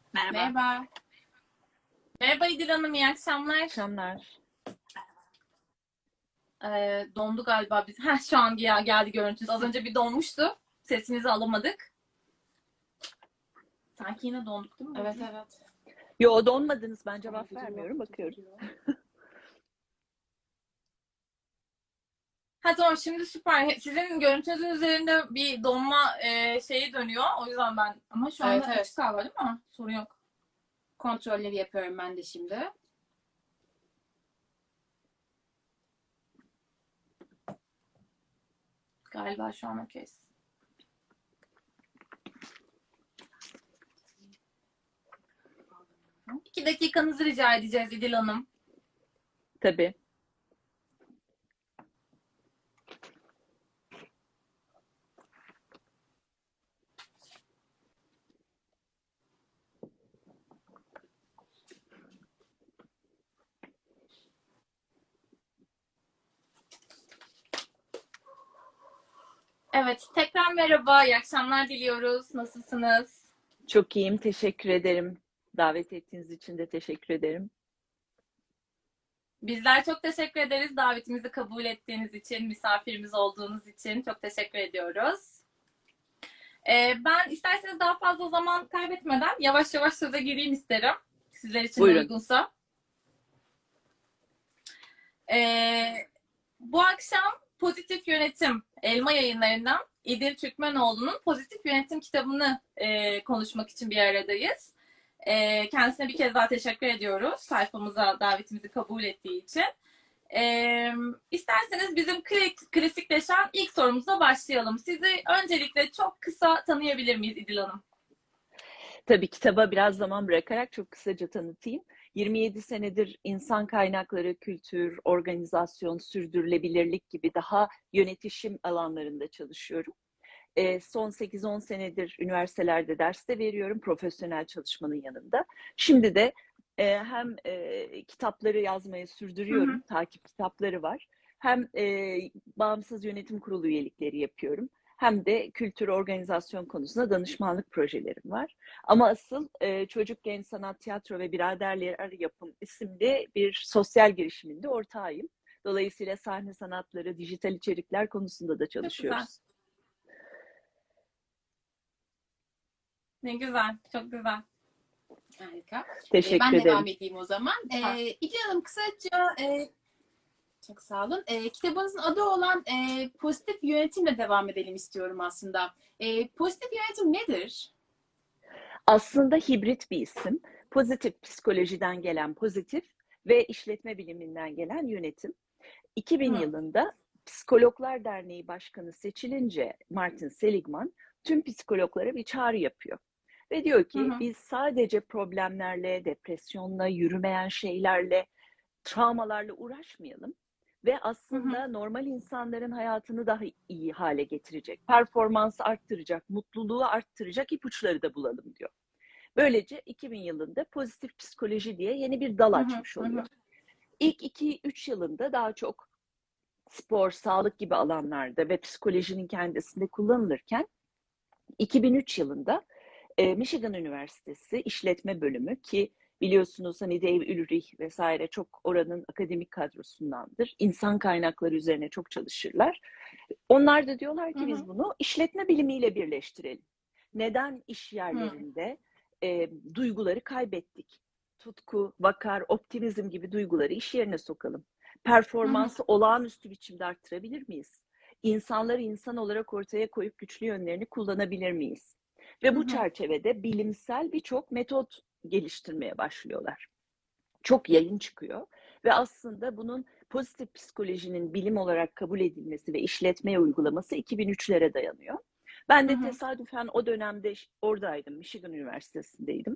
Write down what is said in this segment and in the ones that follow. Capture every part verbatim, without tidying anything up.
Merhaba. Merhaba. Merhaba İdil Hanım, iyi akşamlar. Akşamlar. Ee, dondu galiba biz. Heh, şu an ya geldi görüntünüz. Az önce bir donmuştu. Sesinizi alamadık. Sanki yine donduk değil mi? Evet evet. Yo, donmadınız. Ben cevap vermiyorum. Bakıyorum. Ha tamam, şimdi süper. Sizin görüntünüzün üzerinde bir donma e, şeyi dönüyor. O yüzden ben... Ama şu anda Evet, evet. açık galiba değil mi? Sorun yok. Kontrolleri yapıyorum ben de şimdi. Galiba şu an okeyiz. İki dakikanızı rica edeceğiz İdil Hanım. Tabii. Evet, tekrar merhaba. İyi akşamlar diliyoruz. Nasılsınız? Çok iyiyim. Teşekkür ederim. Davet ettiğiniz için de teşekkür ederim. Bizler çok teşekkür ederiz davetimizi kabul ettiğiniz için, misafirimiz olduğunuz için çok teşekkür ediyoruz. Ee, ben isterseniz daha fazla zaman kaybetmeden yavaş yavaş söze gireyim isterim. Sizler için Buyurun. de uygunsa. Ee, bu akşam Pozitif Yönetim Elma Yayınları'ndan İdil Türkmenoğlu'nun Pozitif Yönetim kitabını e, konuşmak için bir aradayız. E, kendisine bir kez daha teşekkür ediyoruz sayfamıza davetimizi kabul ettiği için. Ee, isterseniz bizim klasikleşen ilk sorumuza başlayalım. Sizi öncelikle çok kısa tanıyabilir miyiz İdil Hanım? Tabii, kitaba biraz zaman bırakarak çok kısaca tanıtayım. yirmi yedi senedir insan kaynakları, kültür, organizasyon, sürdürülebilirlik gibi daha yönetişim alanlarında çalışıyorum. E, son sekiz on senedir üniversitelerde ders de veriyorum profesyonel çalışmanın yanında. Şimdi de e, hem e, kitapları yazmayı sürdürüyorum, Hı hı. takip kitapları var. Hem e, bağımsız yönetim kurulu üyelikleri yapıyorum. Hem de kültür organizasyon konusunda danışmanlık projelerim var. Ama asıl e, Çocuk Genç Sanat Tiyatro ve Biraderler Yapım isimli bir sosyal girişiminde ortağıyım. Dolayısıyla sahne sanatları, dijital içerikler konusunda da Çok güzel. çalışıyoruz. Ne güzel, çok güzel. Harika. Teşekkür ben ederim. devam edeyim o zaman. Ha. Ee, İdil Hanım, kısaca e, çok sağ olun. E, kitabınızın adı olan e, Pozitif Yönetimle devam edelim istiyorum aslında. E, pozitif yönetim nedir? Aslında hibrit bir isim. Pozitif psikolojiden gelen pozitif ve işletme biliminden gelen yönetim. iki bin Hı. yılında Psikologlar Derneği Başkanı seçilince Martin Seligman tüm psikologlara bir çağrı yapıyor. Ve diyor ki Hı hı. biz sadece problemlerle, depresyonla, yürümeyen şeylerle, travmalarla uğraşmayalım. Ve aslında Hı hı. normal insanların hayatını daha iyi hale getirecek, performansı arttıracak, mutluluğu arttıracak ipuçları da bulalım diyor. Böylece iki bin yılında pozitif psikoloji diye yeni bir dal Hı açmış hı. oluyor. İlk iki üç yılında daha çok spor, sağlık gibi alanlarda ve psikolojinin kendisinde kullanılırken iki bin üç yılında e, Michigan Üniversitesi İşletme Bölümü, ki biliyorsunuz hani Dave Ulrich vesaire çok oranın akademik kadrosundandır. İnsan kaynakları üzerine çok çalışırlar. Onlar da diyorlar ki Hı hı. biz bunu işletme bilimiyle birleştirelim. Neden iş Hı. yerlerinde e, duyguları kaybettik? Tutku, vakar, optimizm gibi duyguları iş yerine sokalım. Performansı olağanüstü biçimde arttırabilir miyiz? İnsanları insan olarak ortaya koyup güçlü yönlerini kullanabilir miyiz? Ve bu çerçevede bilimsel birçok metot geliştirmeye başlıyorlar. Çok yayın çıkıyor ve aslında bunun pozitif psikolojinin bilim olarak kabul edilmesi ve işletmeye uygulaması iki bin üçlere dayanıyor. Ben de Hı hı. tesadüfen o dönemde oradaydım, Michigan Üniversitesi'ndeydim.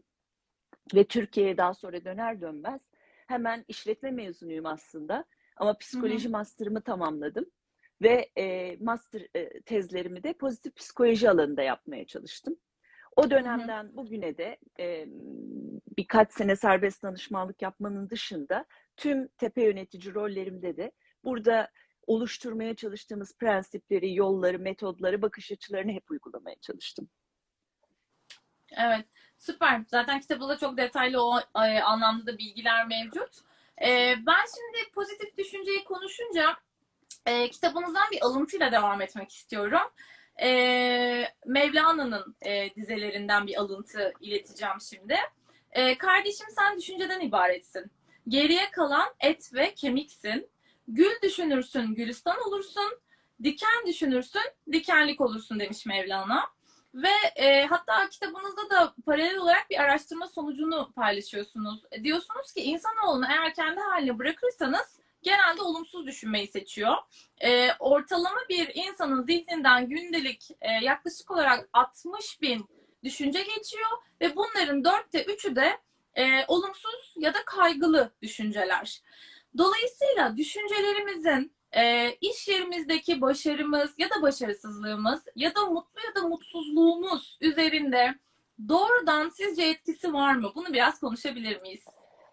Ve Türkiye'ye daha sonra döner dönmez hemen işletme mezunuyum aslında. Ama psikoloji master'ımı tamamladım. Ve e, master e, tezlerimi de pozitif psikoloji alanında yapmaya çalıştım. O dönemden bugüne de e, birkaç sene serbest danışmanlık yapmanın dışında tüm tepe yönetici rollerimde de burada oluşturmaya çalıştığımız prensipleri, yolları, metodları, bakış açılarını hep uygulamaya çalıştım. Evet, Süper. Zaten kitabında çok detaylı o e, anlamda da bilgiler mevcut. E, ben şimdi pozitif düşünceyi konuşunca e, kitabınızdan bir alıntıyla devam etmek istiyorum. E, Mevlana'nın e, dizelerinden bir alıntı ileteceğim şimdi. E, kardeşim sen düşünceden ibaretsin. Geriye kalan et ve kemiksin. Gül düşünürsün, gülistan olursun. Diken düşünürsün, dikenlik olursun demiş Mevlana. Ve e, hatta kitabınızda da paralel olarak bir araştırma sonucunu paylaşıyorsunuz. E, diyorsunuz ki insanoğlunu eğer kendi haline bırakırsanız genelde olumsuz düşünmeyi seçiyor. E, ortalama bir insanın zihninden gündelik e, yaklaşık olarak altmış bin düşünce geçiyor ve bunların dörtte üçü de e, olumsuz ya da kaygılı düşünceler. Dolayısıyla düşüncelerimizin e, iş yerimizdeki başarımız ya da başarısızlığımız ya da mutlu ya da mutsuzluğumuz üzerinde doğrudan sizce etkisi var mı? Bunu biraz konuşabilir miyiz?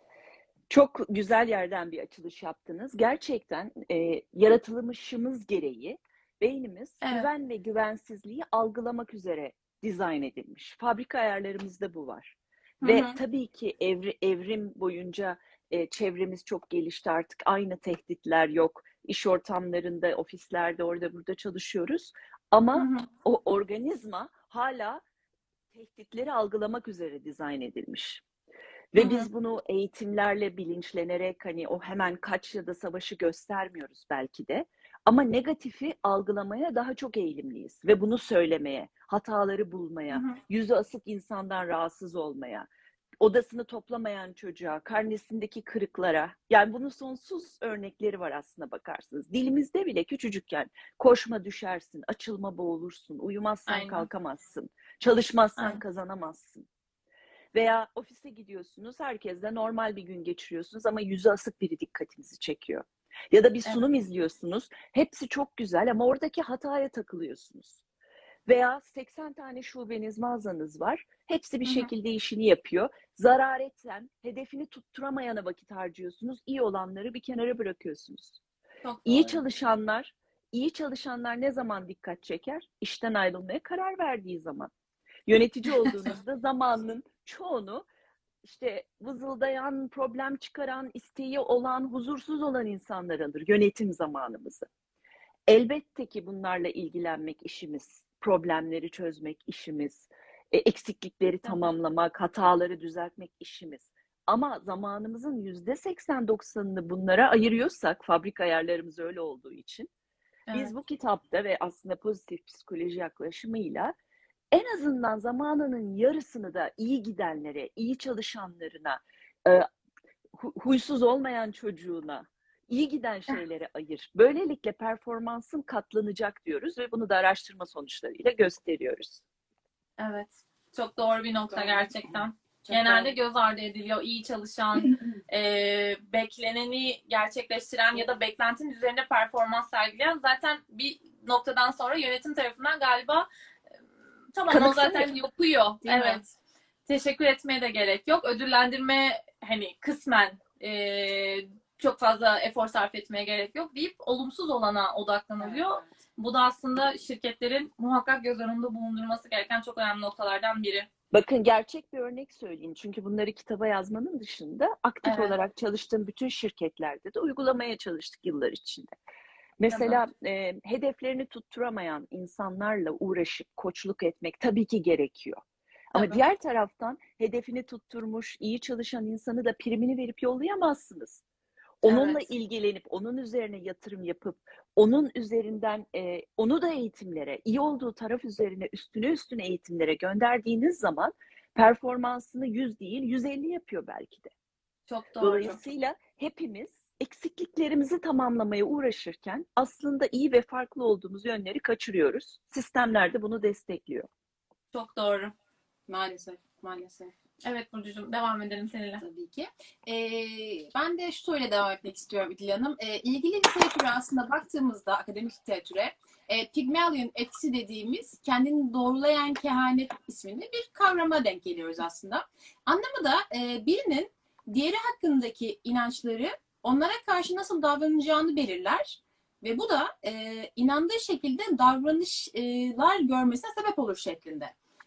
Çok güzel yerden bir açılış yaptınız. Gerçekten e, yaratılmışımız gereği beynimiz Evet. güven ve güvensizliği algılamak üzere dizayn edilmiş. Fabrika ayarlarımızda bu var. Hı Ve hı. tabii ki evri, evrim boyunca e, çevremiz çok gelişti artık. Aynı tehditler yok. İş ortamlarında, ofislerde, orada burada çalışıyoruz. Hı Ama hı. o organizma hala tehditleri algılamak üzere dizayn edilmiş. Hı Ve hı. biz bunu eğitimlerle bilinçlenerek hani o hemen kaç ya da savaşı göstermiyoruz belki de. Ama negatifi algılamaya daha çok eğilimliyiz. Ve bunu söylemeye, hataları Hı bulmaya, hı. yüzü asık insandan rahatsız olmaya, odasını toplamayan çocuğa, karnesindeki kırıklara. Yani bunun sonsuz örnekleri var aslında bakarsınız. Dilimizde bile küçücükken koşma düşersin, açılma boğulursun, uyumazsan Aynen. kalkamazsın, çalışmazsan Aynen. kazanamazsın. Veya ofise gidiyorsunuz, herkesle normal bir gün geçiriyorsunuz ama yüzü asık biri dikkatinizi çekiyor. Ya da bir Evet. sunum izliyorsunuz, hepsi çok güzel ama oradaki hataya takılıyorsunuz. Veya seksen tane şubeniz, mağazanız var, hepsi bir Hı hı. şekilde işini yapıyor. Zarar etsen, hedefini tutturamayana vakit harcıyorsunuz, iyi olanları bir kenara bırakıyorsunuz. Çok İyi doğru. çalışanlar, iyi çalışanlar ne zaman dikkat çeker? İşten ayrılmaya karar verdiği zaman. Yönetici olduğunuzda zamanın çoğunu işte vızıldayan, problem çıkaran, isteği olan, huzursuz olan insanlar alır yönetim zamanımızı. Elbette ki bunlarla ilgilenmek işimiz, problemleri çözmek işimiz, e, eksiklikleri Tabii. tamamlamak, hataları düzeltmek işimiz. Ama zamanımızın yüzde seksen doksanını bunlara ayırıyorsak, fabrika ayarlarımız öyle olduğu için, Evet. biz bu kitapta ve aslında pozitif psikoloji yaklaşımıyla en azından zamanının yarısını da iyi gidenlere, iyi çalışanlarına, e, huysuz olmayan çocuğuna, iyi giden şeylere ayır. Böylelikle performansın katlanacak diyoruz ve bunu da araştırma sonuçlarıyla gösteriyoruz. Evet. Çok doğru bir nokta Doğru. gerçekten. Çok Genelde doğru. göz ardı ediliyor. İyi çalışan, e, bekleneni gerçekleştiren ya da beklentinin üzerinde performans sergileyen zaten bir noktadan sonra yönetim tarafından galiba e, tamam o Kanıksanıyor. zaten yapıyor. Değil mi? Evet. Teşekkür etmeye de gerek yok. Ödüllendirme hani kısmen e, çok fazla efor sarf etmeye gerek yok deyip olumsuz olana odaklanılıyor. Evet. Bu da aslında şirketlerin muhakkak göz önünde bulundurması gereken çok önemli noktalardan biri. Bakın gerçek bir örnek söyleyeyim. Çünkü bunları kitaba yazmanın dışında aktif Evet. olarak çalıştığım bütün şirketlerde de uygulamaya çalıştık yıllar içinde. Tabii. Mesela e, hedeflerini tutturamayan insanlarla uğraşıp koçluk etmek tabii ki gerekiyor. Ama Tabii. diğer taraftan hedefini tutturmuş, iyi çalışan insanı da primini verip yollayamazsınız. Onunla Evet. ilgilenip, onun üzerine yatırım yapıp, onun üzerinden, e, onu da eğitimlere, iyi olduğu taraf üzerine üstüne üstüne eğitimlere gönderdiğiniz zaman performansını yüz değil, yüz elli yapıyor belki de. Çok doğru. Dolayısıyla hepimiz eksikliklerimizi tamamlamaya uğraşırken aslında iyi ve farklı olduğumuz yönleri kaçırıyoruz. Sistemler de bunu destekliyor. Çok doğru. Maalesef, maalesef. Evet Burcucuğum, devam edelim seninle. Tabii ki. Ee, ben de şu soruyla devam etmek istiyorum İdil Hanım. Ee, ilgili literatüre aslında baktığımızda, akademik literatüre, e, Pygmalion etkisi dediğimiz kendini doğrulayan kehanet isminde bir kavrama denk geliyoruz aslında. Anlamı da e, birinin diğeri hakkındaki inançları onlara karşı nasıl davranacağını belirler ve bu da e, inandığı şekilde davranışlar görmesine sebep olur şeklinde.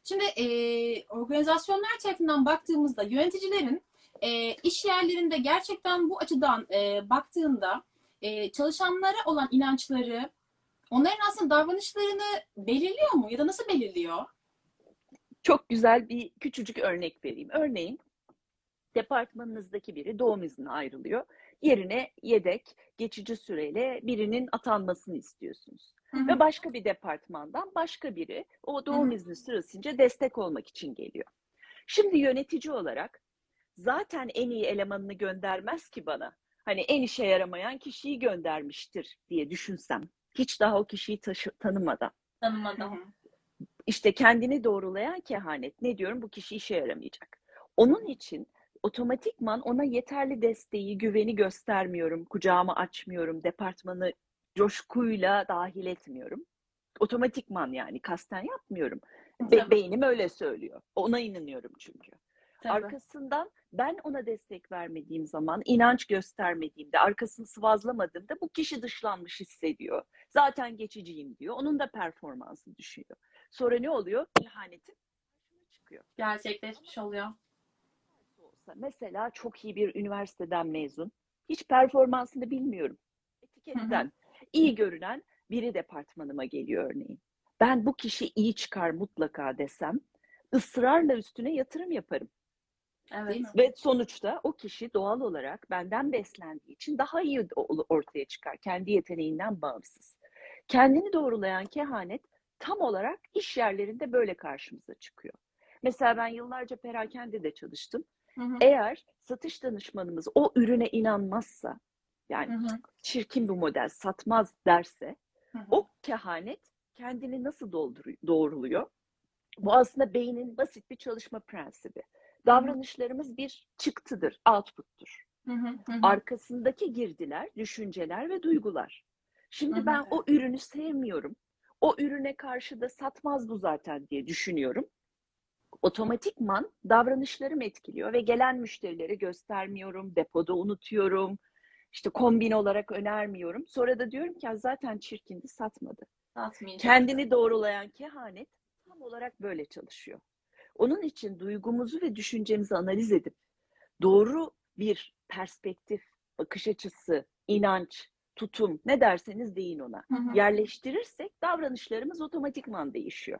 Şimdi e, organizasyonlar tarafından baktığımızda yöneticilerin e, iş yerlerinde gerçekten bu açıdan e, baktığında e, çalışanlara olan inançları, onların aslında davranışlarını belirliyor mu ya da nasıl belirliyor? Çok güzel bir küçücük örnek vereyim. Örneğin departmanınızdaki biri doğum iznine ayrılıyor. Yerine yedek, geçici süreyle birinin atanmasını istiyorsunuz. Hı hı. Ve başka bir departmandan başka biri o doğum Hı hı. izni süresince destek olmak için geliyor. Şimdi yönetici olarak zaten en iyi elemanını göndermez ki bana. Hani en işe yaramayan kişiyi göndermiştir diye düşünsem. Hiç daha o kişiyi taşı, tanımadan. Hı Tanımadan. hı. İşte kendini doğrulayan kehanet. Ne diyorum? Bu kişi işe yaramayacak. Onun için otomatikman ona yeterli desteği, güveni göstermiyorum. Kucağımı açmıyorum. Departmanı coşkuyla dahil etmiyorum. Otomatikman yani kasten yapmıyorum. Be- Tabii. beynim öyle söylüyor. Ona inanıyorum çünkü. Tabii. Arkasından ben ona destek vermediğim zaman, inanç göstermediğimde, arkasını sıvazlamadığımda bu kişi dışlanmış hissediyor. Zaten geçiciyim diyor. Onun da performansı düşüyor. Sonra ne oluyor? İhanetin karşına çıkıyor. Gerçekleşmiş oluyor. Mesela çok iyi bir üniversiteden mezun. Hiç performansını bilmiyorum. Etiketten iyi görünen biri departmanıma geliyor örneğin. Ben bu kişi iyi çıkar mutlaka desem ısrarla üstüne yatırım yaparım. Evet. Ve sonuçta o kişi doğal olarak benden beslendiği için daha iyi ortaya çıkar. Kendi yeteneğinden bağımsız. Kendini doğrulayan kehanet tam olarak iş yerlerinde böyle karşımıza çıkıyor. Mesela ben yıllarca perakendede çalıştım. Hı hı. Eğer satış danışmanımız o ürüne inanmazsa, yani Hı hı. çirkin bu model satmaz derse, Hı hı. o kehanet kendini nasıl dolduruyor, doğruluyor? Bu aslında beynin basit bir çalışma prensibi. Davranışlarımız bir çıktıdır, output'tur. Hı hı. Hı hı. Arkasındaki girdiler, düşünceler ve duygular. Şimdi Hı hı. ben o ürünü sevmiyorum. O ürüne karşı da satmaz bu zaten diye düşünüyorum. Otomatikman davranışlarım etkiliyor ve gelen müşterileri göstermiyorum, depoda unutuyorum, işte kombin olarak önermiyorum. Sonra da diyorum ki zaten çirkindi, satmadı. Satmayacak. Kendini doğrulayan kehanet tam olarak böyle çalışıyor. Onun için duygumuzu ve düşüncemizi analiz edip doğru bir perspektif, bakış açısı, inanç, tutum ne derseniz deyin ona. Hı hı. Yerleştirirsek davranışlarımız otomatikman değişiyor.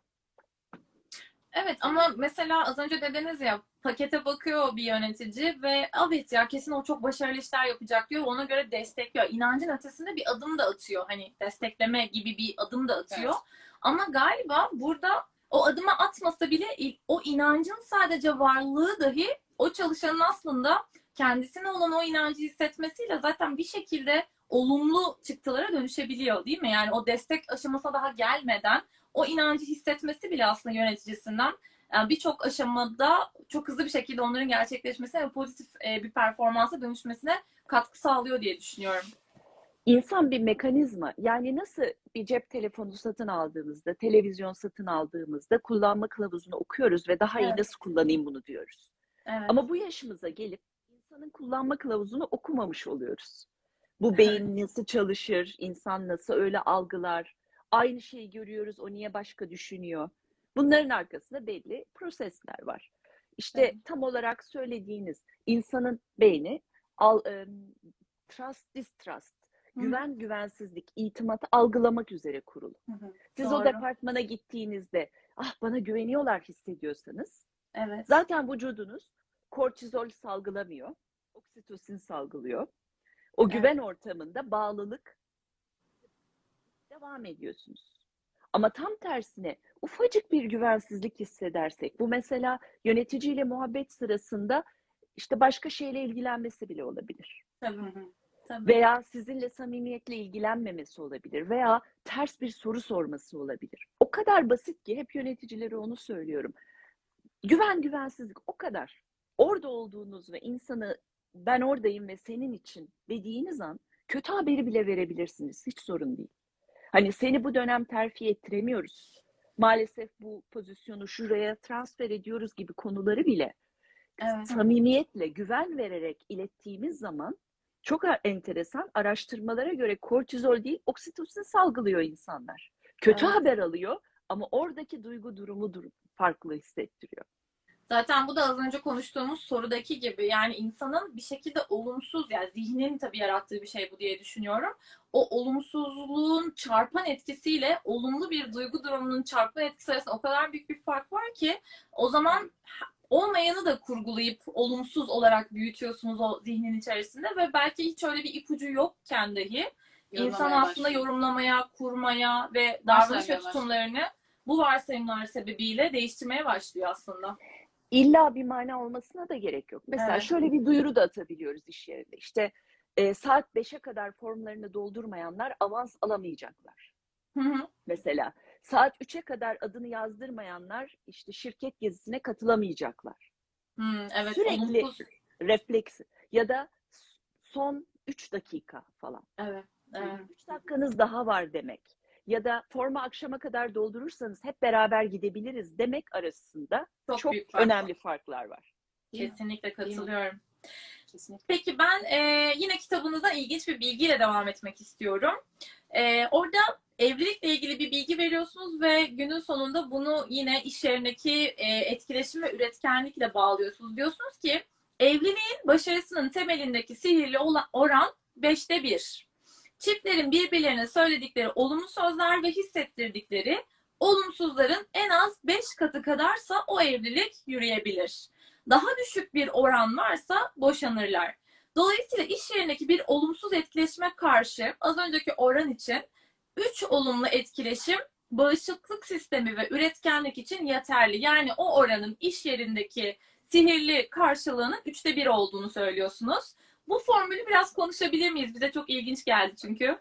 Evet ama mesela az önce dediniz ya pakete bakıyor bir yönetici ve evet ya kesin o çok başarılı işler yapacak diyor. Ona göre destekliyor. İnancın ötesinde bir adım da atıyor. Hani destekleme gibi bir adım da atıyor. Evet. Ama galiba burada o adımı atmasa bile o inancın sadece varlığı dahi o çalışanın aslında kendisine olan o inancı hissetmesiyle zaten bir şekilde olumlu çıktılara dönüşebiliyor değil mi? Yani o destek aşamasına daha gelmeden o inancı hissetmesi bile aslında yöneticisinden yani birçok aşamada çok hızlı bir şekilde onların gerçekleşmesine ve pozitif bir performansa dönüşmesine katkı sağlıyor diye düşünüyorum. İnsan bir mekanizma. Yani nasıl bir cep telefonu satın aldığımızda, televizyon satın aldığımızda kullanma kılavuzunu okuyoruz ve daha iyi Evet. nasıl kullanayım bunu diyoruz. Evet. Ama bu yaşımıza gelip insanın kullanma kılavuzunu okumamış oluyoruz. Bu beyin nasıl çalışır, insan nasıl öyle algılar, aynı şeyi görüyoruz, o niye başka düşünüyor. Bunların arkasında belli prosesler var. İşte Evet. tam olarak söylediğiniz insanın beyni al, um, trust, distrust, güven, güvensizlik, itimatı algılamak üzere kurulu. Hı hı. Siz Doğru. o departmana gittiğinizde ah bana güveniyorlar hissediyorsanız Evet. zaten vücudunuz kortizol salgılamıyor, oksitosin salgılıyor. O güven ortamında bağlılık devam ediyorsunuz. Ama tam tersine ufacık bir güvensizlik hissedersek, bu mesela yöneticiyle muhabbet sırasında işte başka şeyle ilgilenmesi bile olabilir. Tabii. Hı hı. Tabii. Veya sizinle samimiyetle ilgilenmemesi olabilir veya ters bir soru sorması olabilir. O kadar basit ki hep yöneticilere onu söylüyorum. Güven, güvensizlik o kadar. Orada olduğunuz ve insanı ben oradayım ve senin için dediğiniz an kötü haberi bile verebilirsiniz. Hiç sorun değil. Hani seni bu dönem terfi ettiremiyoruz. Maalesef bu pozisyonu şuraya transfer ediyoruz gibi konuları bile Evet. samimiyetle, güven vererek ilettiğimiz zaman çok enteresan araştırmalara göre kortizol değil, oksitosin salgılıyor insanlar. Kötü Evet. haber alıyor Ama oradaki duygu durumu dur- farklı hissettiriyor. Zaten bu da az önce konuştuğumuz sorudaki gibi, yani insanın bir şekilde olumsuz, yani zihnin tabii yarattığı bir şey bu diye düşünüyorum. O olumsuzluğun çarpan etkisiyle olumlu bir duygu durumunun çarpan etkisi arasında o kadar büyük bir fark var ki o zaman olmayanı da kurgulayıp olumsuz olarak büyütüyorsunuz o zihnin içerisinde ve belki hiç öyle bir ipucu yokken dahi insan Yorumlamaya aslında başlıyor. yorumlamaya, kurmaya ve davranış ve Varsaymaya tutumlarını bu varsayımlar sebebiyle değiştirmeye başlıyor aslında. İlla bir mana olmasına da gerek yok. Mesela Evet. şöyle bir duyuru da atabiliyoruz iş yerinde. İşte e, saat beşe kadar formlarını doldurmayanlar avans alamayacaklar. Hı hı. Mesela saat üçe kadar adını yazdırmayanlar işte şirket gezisine katılamayacaklar. Hmm, evet, Sürekli olumsuz. refleks ya da son üç dakika falan. Evet, evet. üç dakikanız daha var demek. Ya da formu akşama kadar doldurursanız hep beraber gidebiliriz demek arasında Çok, çok büyük fark. önemli farklar var. Değil mi? Kesinlikle Değil mi? katılıyorum. Kesinlikle. Peki ben e, yine kitabınızdan ilginç bir bilgiyle devam etmek istiyorum. E, orada evlilikle ilgili bir bilgi veriyorsunuz ve günün sonunda bunu yine iş yerindeki e, etkileşim ve üretkenlikle bağlıyorsunuz. Diyorsunuz ki evliliğin başarısının temelindeki sihirli olan oran beşte bir. Çiftlerin birbirlerine söyledikleri olumlu sözler ve hissettirdikleri olumsuzların en az beş katı kadarsa o evlilik yürüyebilir. Daha düşük bir oran varsa boşanırlar. Dolayısıyla iş yerindeki bir olumsuz etkileşime karşı az önceki oran için üç olumlu etkileşim bağışıklık sistemi ve üretkenlik için yeterli. Yani o oranın iş yerindeki sihirli karşılığının üçte bir olduğunu söylüyorsunuz. Bu formülü biraz konuşabilir miyiz? Bize çok ilginç geldi çünkü.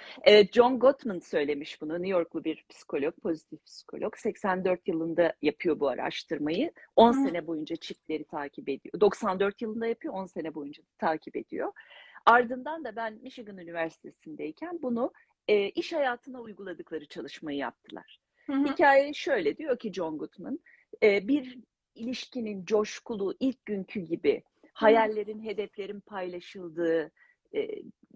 John Gottman söylemiş bunu. New Yorklu bir psikolog, pozitif psikolog. seksen dört yılında yapıyor bu araştırmayı. on Hı. sene boyunca çiftleri takip ediyor. doksan dört yılında yapıyor, on sene boyunca takip ediyor. Ardından da ben Michigan Üniversitesi'ndeyken bunu e, iş hayatına uyguladıkları çalışmayı yaptılar. Hı hı. Hikaye şöyle diyor ki John Gottman, e, bir ilişkinin coşkulu ilk günkü gibi hayallerin, hedeflerin paylaşıldığı, e,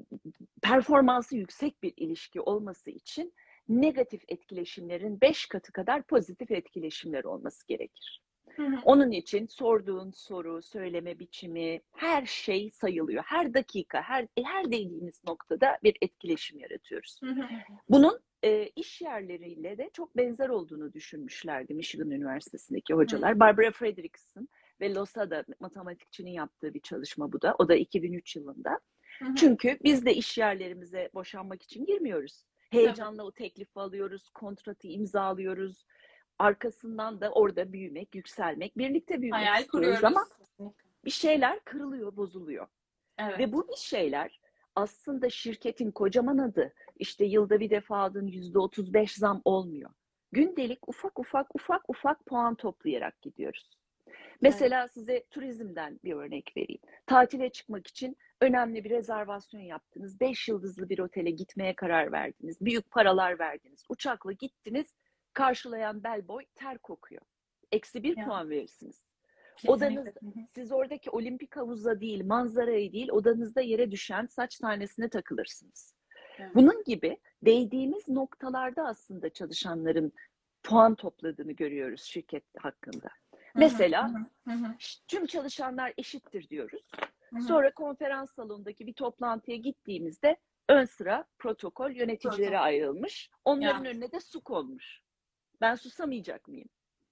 performansı yüksek bir ilişki olması için negatif etkileşimlerin beş katı kadar pozitif etkileşimler olması gerekir. Hı hı. Onun için sorduğun soru, söyleme biçimi, her şey sayılıyor. Her dakika, her her değdiğimiz noktada bir etkileşim yaratıyoruz. Hı hı. Bunun e, iş yerleriyle de çok benzer olduğunu düşünmüşlerdi Michigan Üniversitesi'ndeki hocalar. Hı. Barbara Fredrickson ve Losada matematikçinin yaptığı bir çalışma bu da. O da iki bin üç yılında. Hı hı. Çünkü biz de iş yerlerimize boşanmak için girmiyoruz. Heyecanla o teklifi alıyoruz, kontratı imzalıyoruz. Arkasından da orada büyümek, yükselmek, birlikte büyümek Hayal istiyoruz kuruyoruz. ama bir şeyler kırılıyor, bozuluyor. Evet. Ve bu bir şeyler aslında şirketin kocaman adı, işte yılda bir defa aldığın yüzde otuz beş zam olmuyor. Gündelik ufak ufak ufak ufak puan toplayarak gidiyoruz. Mesela size turizmden bir örnek vereyim. Tatile çıkmak için önemli bir rezervasyon yaptınız. Beş yıldızlı bir otele gitmeye karar verdiniz. Büyük paralar verdiniz. Uçakla gittiniz. Karşılayan bellboy ter kokuyor. Eksi bir Ya. puan verirsiniz. Kesinlikle. Odanız, siz oradaki olimpik havuza değil, manzaraya değil, odanızda yere düşen saç tanesine takılırsınız. Evet. Bunun gibi değdiğimiz noktalarda aslında çalışanların puan topladığını görüyoruz şirket hakkında. Mesela Hı hı. tüm çalışanlar eşittir diyoruz. Hı hı. Sonra konferans salonundaki bir toplantıya gittiğimizde ön sıra protokol yöneticilere Protokol. ayrılmış. Onların Ya. önüne de su konmuş. Ben susamayacak mıyım?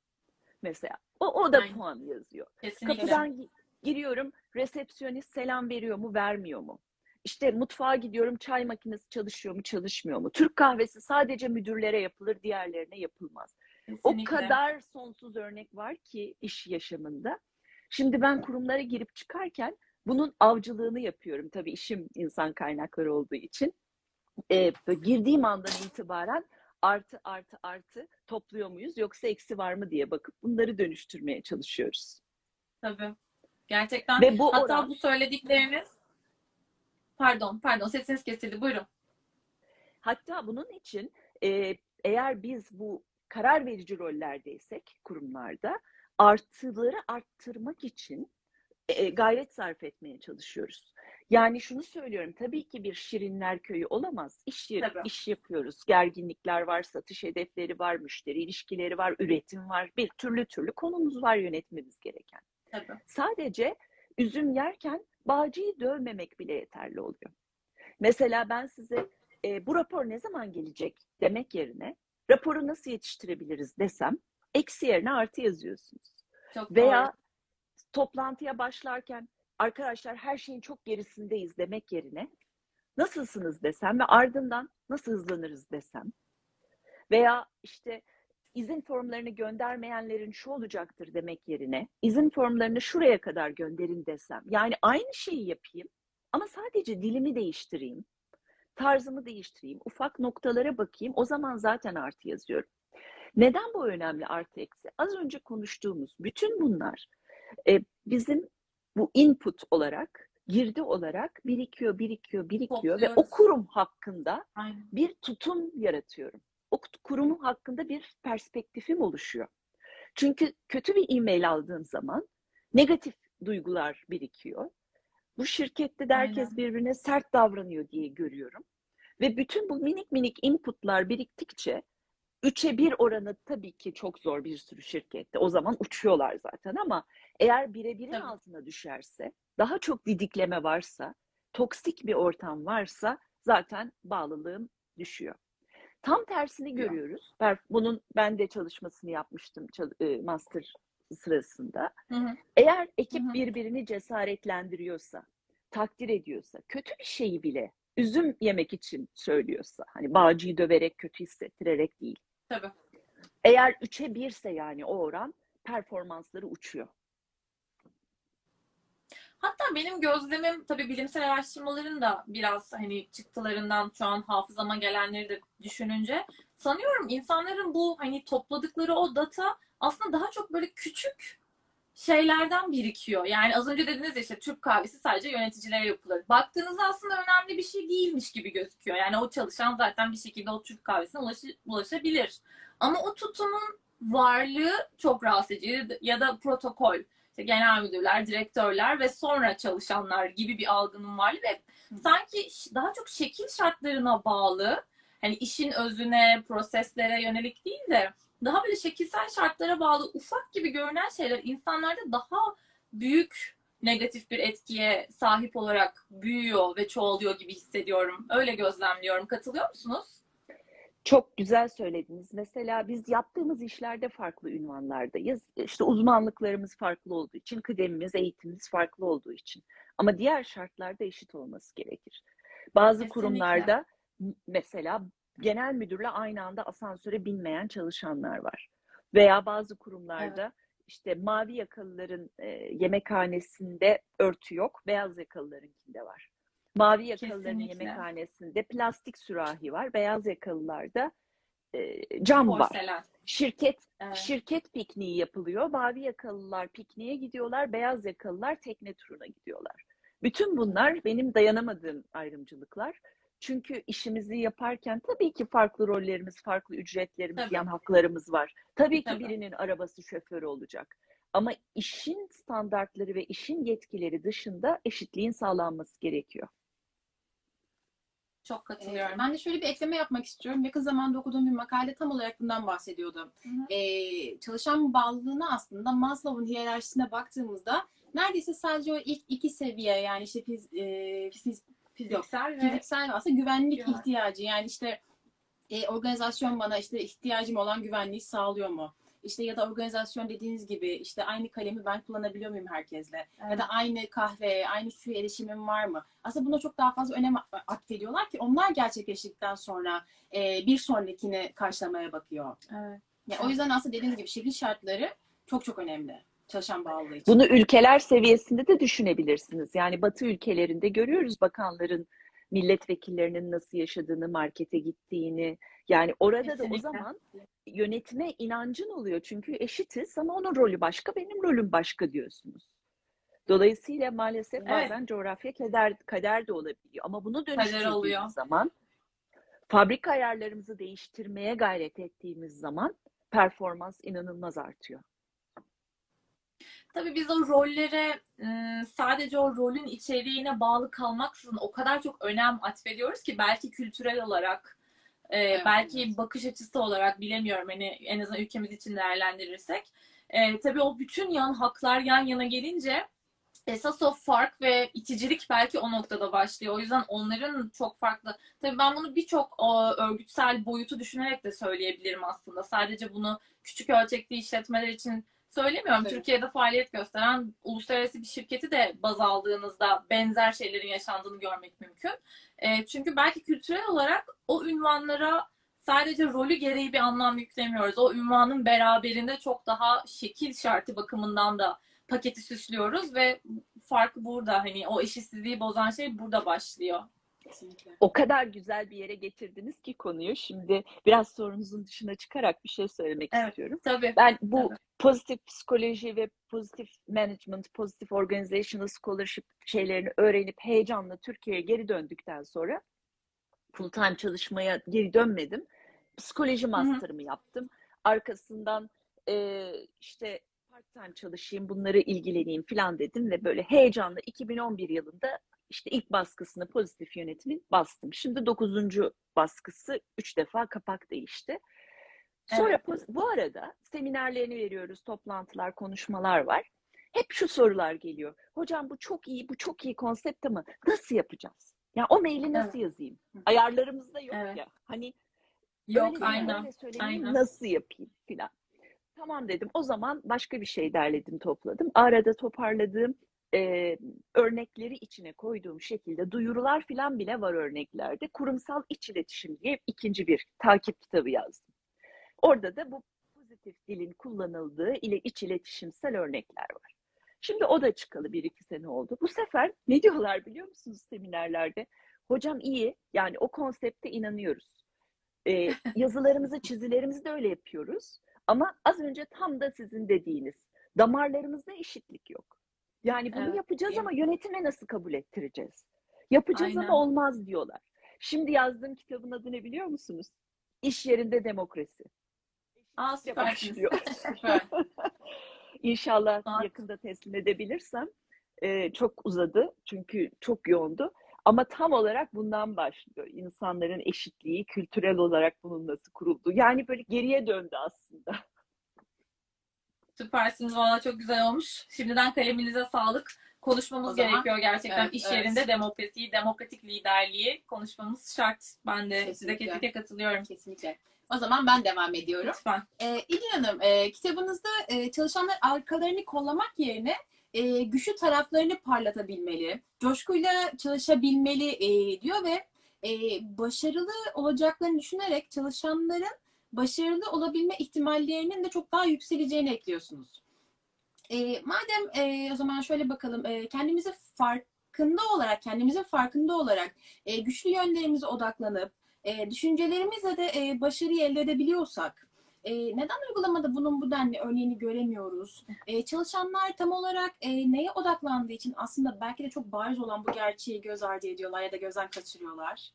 Mesela. O, o da Aynen. puan yazıyor. Kesinlikle. Kapıdan gi- giriyorum, resepsiyonist selam veriyor mu, vermiyor mu? İşte mutfağa gidiyorum, çay makinesi çalışıyor mu, çalışmıyor mu? Türk kahvesi sadece müdürlere yapılır, diğerlerine yapılmaz. O Kesinlikle. kadar sonsuz örnek var ki iş yaşamında. Şimdi ben kurumlara girip çıkarken bunun avcılığını yapıyorum. Tabii işim insan kaynakları olduğu için. Ee, girdiğim andan itibaren artı artı artı topluyor muyuz yoksa eksi var mı diye bakıp bunları dönüştürmeye çalışıyoruz. Tabii. Gerçekten. Ve bu Hatta oran, bu söyledikleriniz, pardon, pardon, sesiniz kesildi. Buyurun. hatta bunun için e, eğer biz bu karar verici rollerdeysek kurumlarda artıları arttırmak için e, gayret sarf etmeye çalışıyoruz. Yani şunu söylüyorum, tabii ki bir şirinler köyü olamaz. İş, yeri- Tabii. iş yapıyoruz. Gerginlikler var, satış hedefleri var, müşteri ilişkileri var, üretim var. Bir türlü türlü konumuz var yönetmemiz gereken. Tabii. Sadece üzüm yerken bağcıyı dövmemek bile yeterli oluyor. Mesela ben size e, bu rapor ne zaman gelecek demek yerine raporu nasıl yetiştirebiliriz desem eksi yerine artı yazıyorsunuz. Çok Veya doğru. toplantıya başlarken arkadaşlar her şeyin çok gerisindeyiz demek yerine nasılsınız desem ve ardından nasıl hızlanırız desem veya işte izin formlarını göndermeyenlerin şu olacaktır demek yerine izin formlarını şuraya kadar gönderin desem. Yani aynı şeyi yapayım ama sadece dilimi değiştireyim, tarzımı değiştireyim, ufak noktalara bakayım, o zaman zaten artı yazıyorum. Neden bu önemli artı eksi? Az önce konuştuğumuz bütün bunlar e, bizim bu input olarak, girdi olarak birikiyor, birikiyor, birikiyor ve o Topluyoruz. kurum hakkında Aynen. bir tutum yaratıyorum. O kurum hakkında bir perspektifim oluşuyor. Çünkü kötü bir e-mail aldığım zaman negatif duygular birikiyor. Bu şirkette de herkes Aynen. birbirine sert davranıyor diye görüyorum. Ve bütün bu minik minik inputlar biriktikçe üçe bir oranı tabii ki çok zor bir sürü şirkette. O zaman uçuyorlar zaten ama eğer bire birin Tabii. altına düşerse, daha çok didikleme varsa, toksik bir ortam varsa zaten bağlılığım düşüyor. Tam tersini Diyor. görüyoruz. Bunun ben de çalışmasını yapmıştım master sırasında. Hı hı. Eğer Hı ekip hı. birbirini cesaretlendiriyorsa, takdir ediyorsa, kötü bir şeyi bile üzüm yemek için söylüyorsa, hani bağcıyı döverek, kötü hissettirerek değil. Tabii. Eğer üçe birse yani o oran, performansları uçuyor. Hatta benim gözlemim tabii bilimsel araştırmaların da biraz hani çıktılarından şu an hafızama gelenleri de düşününce sanıyorum insanların bu hani topladıkları o data aslında daha çok böyle küçük şeylerden birikiyor. Yani az önce dediniz ya işte Türk kahvesi sadece yöneticilere yapılır. Baktığınızda aslında önemli bir şey değilmiş gibi gözüküyor. Yani o çalışan zaten bir şekilde o Türk kahvesine ulaşı, ulaşabilir. Ama o tutumun varlığı çok rahatsız edici ya da protokol. İşte genel müdürler, direktörler ve sonra çalışanlar gibi bir algının varlığı ve sanki daha çok şekil şartlarına bağlı, hani işin özüne, proseslere yönelik değil de daha böyle şekilsel şartlara bağlı ufak gibi görünen şeyler insanlarda daha büyük negatif bir etkiye sahip olarak büyüyor ve çoğalıyor gibi hissediyorum. Öyle gözlemliyorum. Katılıyor musunuz? Çok güzel söylediniz. Mesela biz yaptığımız işlerde farklı ünvanlardayız. İşte uzmanlıklarımız farklı olduğu için, kıdemimiz, eğitimimiz farklı olduğu için. Ama diğer şartlarda eşit olması gerekir. Bazı Kesinlikle. kurumlarda mesela genel müdürle aynı anda asansöre binmeyen çalışanlar var. Veya bazı kurumlarda evet. işte mavi yakalıların e, yemekhanesinde örtü yok, beyaz yakalılarınkinde var. Mavi yakalıların Kesinlikle. yemekhanesinde plastik sürahi var, beyaz yakalılarda e, cam Porselen. var. Şirket evet. şirket pikniği yapılıyor. Mavi yakalılar pikniğe gidiyorlar, beyaz yakalılar tekne turuna gidiyorlar. Bütün bunlar benim dayanamadığım ayrımcılıklar. Çünkü işimizi yaparken tabii ki farklı rollerimiz, farklı ücretlerimiz, tabii. yan haklarımız var. Tabii ki tabii. birinin arabası şoförü olacak. Ama işin standartları ve işin yetkileri dışında eşitliğin sağlanması gerekiyor. Çok katılıyorum. Ee, ben de şöyle bir ekleme yapmak istiyorum. Yakın zamanda okuduğum bir makale tam olarak bundan bahsediyordu. Hı hı. Ee, çalışan bağlılığına aslında Maslow'un hiyerarşisine baktığımızda neredeyse sadece o ilk iki seviye yani işte fiz, e, fiz, fiziksel yok, ve fiziksel ve aslında güvenlik güven. ihtiyacı. Yani işte e, organizasyon bana işte ihtiyacım olan güvenliği sağlıyor mu? İşte ya da organizasyon dediğiniz gibi işte aynı kalemi ben kullanabiliyor muyum herkesle? Evet. Ya da aynı kahve, aynı suya erişimim var mı? Aslında buna çok daha fazla önem atfediyorlar ki onlar gerçekleştikten sonra e, bir sonrakini karşılamaya bakıyor. Evet. Yani o yüzden aslında dediğiniz gibi şekil şartları çok çok önemli çalışan bağlılığı için. Bunu ülkeler seviyesinde de düşünebilirsiniz. Yani Batı ülkelerinde görüyoruz bakanların, milletvekillerinin nasıl yaşadığını, markete gittiğini. Yani orada Kesinlikle. Da o zaman yönetime inancın oluyor. Çünkü eşitiz ama onun rolü başka, benim rolüm başka diyorsunuz. Dolayısıyla maalesef evet. bazen coğrafya kader, kader de olabiliyor. Ama bunu dönüştürdüğümüz zaman, fabrika ayarlarımızı değiştirmeye gayret ettiğimiz zaman performans inanılmaz artıyor. Tabii biz o rollere ım, sadece o rolün içeriğine bağlı kalmaksızın o kadar çok önem atfediyoruz ki belki kültürel olarak, e, Evet, belki evet. bakış açısı olarak bilemiyorum hani en azından ülkemiz için değerlendirirsek. E, tabii o bütün yan haklar yan yana gelince esas o fark ve iticilik belki o noktada başlıyor. O yüzden onların çok farklı. Tabii ben bunu birçok o, örgütsel boyutu düşünerek de söyleyebilirim aslında. Sadece bunu küçük ölçekli işletmeler için söylemiyorum. Evet. Türkiye'de faaliyet gösteren uluslararası bir şirketi de baz aldığınızda benzer şeylerin yaşandığını görmek mümkün. E, çünkü belki kültürel olarak o ünvanlara sadece rolü gereği bir anlam yüklemiyoruz. O ünvanın beraberinde çok daha şekil şartı bakımından da paketi süslüyoruz ve fark burada. Hani o eşitsizliği bozan şey burada başlıyor. Kesinlikle. O kadar güzel bir yere getirdiniz ki konuyu. Şimdi biraz sorunuzun dışına çıkarak bir şey söylemek Evet, istiyorum. tabii. Ben bu Tabii. pozitif psikoloji ve pozitif management, pozitif organizational scholarship şeylerini öğrenip heyecanla Türkiye'ye geri döndükten sonra full time çalışmaya geri dönmedim. Psikoloji master'ımı yaptım. Arkasından e, işte part time çalışayım, bunları ilgileneyim falan dedim ve böyle heyecanla iki bin on bir yılında işte ilk baskısını pozitif yönetimin bastım. Şimdi dokuzuncu baskısı, üç defa kapak değişti. Sonra Evet. bu arada seminerlerini veriyoruz, toplantılar, konuşmalar var. Hep şu sorular geliyor. Hocam bu çok iyi, bu çok iyi konsept ama nasıl yapacağız? Ya o maili nasıl Evet. yazayım? Ayarlarımızda yok Evet. ya. Hani Yok, öyle değil, aynen. böyle söylemeyeyim, Aynen. nasıl yapayım filan. Tamam dedim. O zaman başka bir şey derledim, topladım. Arada toparladığım e, örnekleri içine koyduğum şekilde duyurular filan bile var örneklerde. Kurumsal iç iletişim diye ikinci bir takip kitabı yazdım. Orada da bu pozitif dilin kullanıldığı ile iç iletişimsel örnekler var. Şimdi o da çıkalı bir iki sene oldu. Bu sefer ne diyorlar biliyor musunuz seminerlerde? Hocam iyi, yani o konsepte inanıyoruz. Ee, yazılarımızı, çizilerimizi de öyle yapıyoruz. Ama az önce tam da sizin dediğiniz, damarlarımızda eşitlik yok. Yani bunu Evet. yapacağız Değil mi? ama yönetime nasıl kabul ettireceğiz? Yapacağız ama Aynen. olmaz diyorlar. Şimdi yazdığım kitabın adı ne biliyor musunuz? İş yerinde demokrasi. Aa, İşte süpersiniz. başlıyor. Süper. İnşallah Aa, yakında teslim edebilirsem. Ee, çok uzadı çünkü çok yoğundu. Ama tam olarak bundan başlıyor. İnsanların eşitliği, kültürel olarak bunun nasıl kurulduğu. Yani böyle geriye döndü aslında. süpersiniz. Valla çok güzel olmuş. Şimdiden kaleminize sağlık. Konuşmamız O zaman gerekiyor gerçten. evet, İş evet. yerinde demokrasiyi, demokratik liderliği konuşmamız şart. Ben de size Kesinlikle. kesinlikle katılıyorum. Kesinlikle. O zaman ben devam ediyorum. Lütfen. Ee, İlin Hanım, e, kitabınızda e, çalışanlar arkalarını kollamak yerine e, güçlü taraflarını parlatabilmeli, coşkuyla çalışabilmeli e, diyor ve e, başarılı olacaklarını düşünerek çalışanların başarılı olabilme ihtimallerinin de çok daha yükseleceğini ekliyorsunuz. E, madem e, o zaman şöyle bakalım, e, kendimizi farkında olarak, kendimizin farkında olarak e, güçlü yönlerimize odaklanıp e, düşüncelerimizle de e, başarıyı elde edebiliyorsak, e, neden uygulamada bunun bu denli örneğini göremiyoruz? E, çalışanlar tam olarak e, neye odaklandığı için aslında belki de çok bariz olan bu gerçeği göz ardı ediyorlar ya da gözden kaçırıyorlar.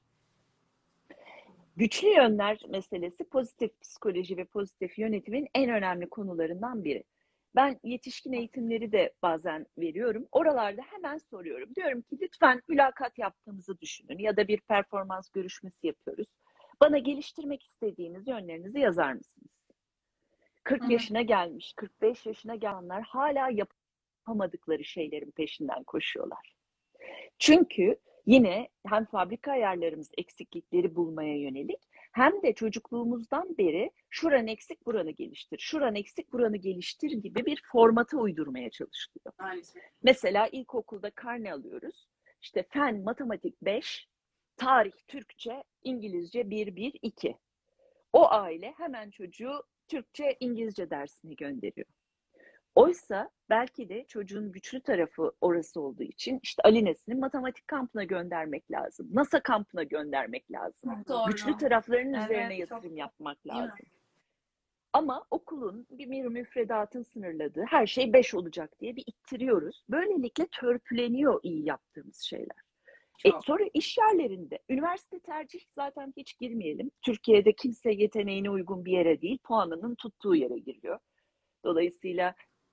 Güçlü yönler meselesi pozitif psikoloji ve pozitif yönetimin en önemli konularından biri. Ben yetişkin eğitimleri de bazen veriyorum. Oralarda hemen soruyorum. Diyorum ki lütfen mülakat yaptığımızı düşünün ya da bir performans görüşmesi yapıyoruz. Bana geliştirmek istediğiniz yönlerinizi yazar mısınız? kırk Hı hı. yaşına gelmiş, kırk beş yaşına gelenler hala yapamadıkları şeylerin peşinden koşuyorlar. Çünkü yine hem fabrika ayarlarımız eksiklikleri bulmaya yönelik hem de çocukluğumuzdan beri şuran eksik buranı geliştir, şuran eksik buranı geliştir gibi bir formata uydurmaya çalışılıyor. Maalesef. Mesela ilkokulda karne alıyoruz. İşte fen, matematik beş, tarih, Türkçe, İngilizce bir, bir, iki. O aile hemen çocuğu Türkçe, İngilizce dersine gönderiyor. Oysa belki de çocuğun güçlü tarafı orası olduğu için işte Alines'ini matematik kampına göndermek lazım. NASA kampına göndermek lazım. Doğru. Güçlü taraflarının Evet, üzerine çok- yatırım yapmak Değil mi? lazım. Ama okulun bir bir müfredatın sınırladığı her şey beş olacak diye bir ittiriyoruz. Böylelikle törpüleniyor iyi yaptığımız şeyler. E, Çok. sonra iş yerlerinde, üniversite tercih zaten hiç girmeyelim. Türkiye'de kimse yeteneğine uygun bir yere değil, puanının tuttuğu yere giriyor. Dolayısıyla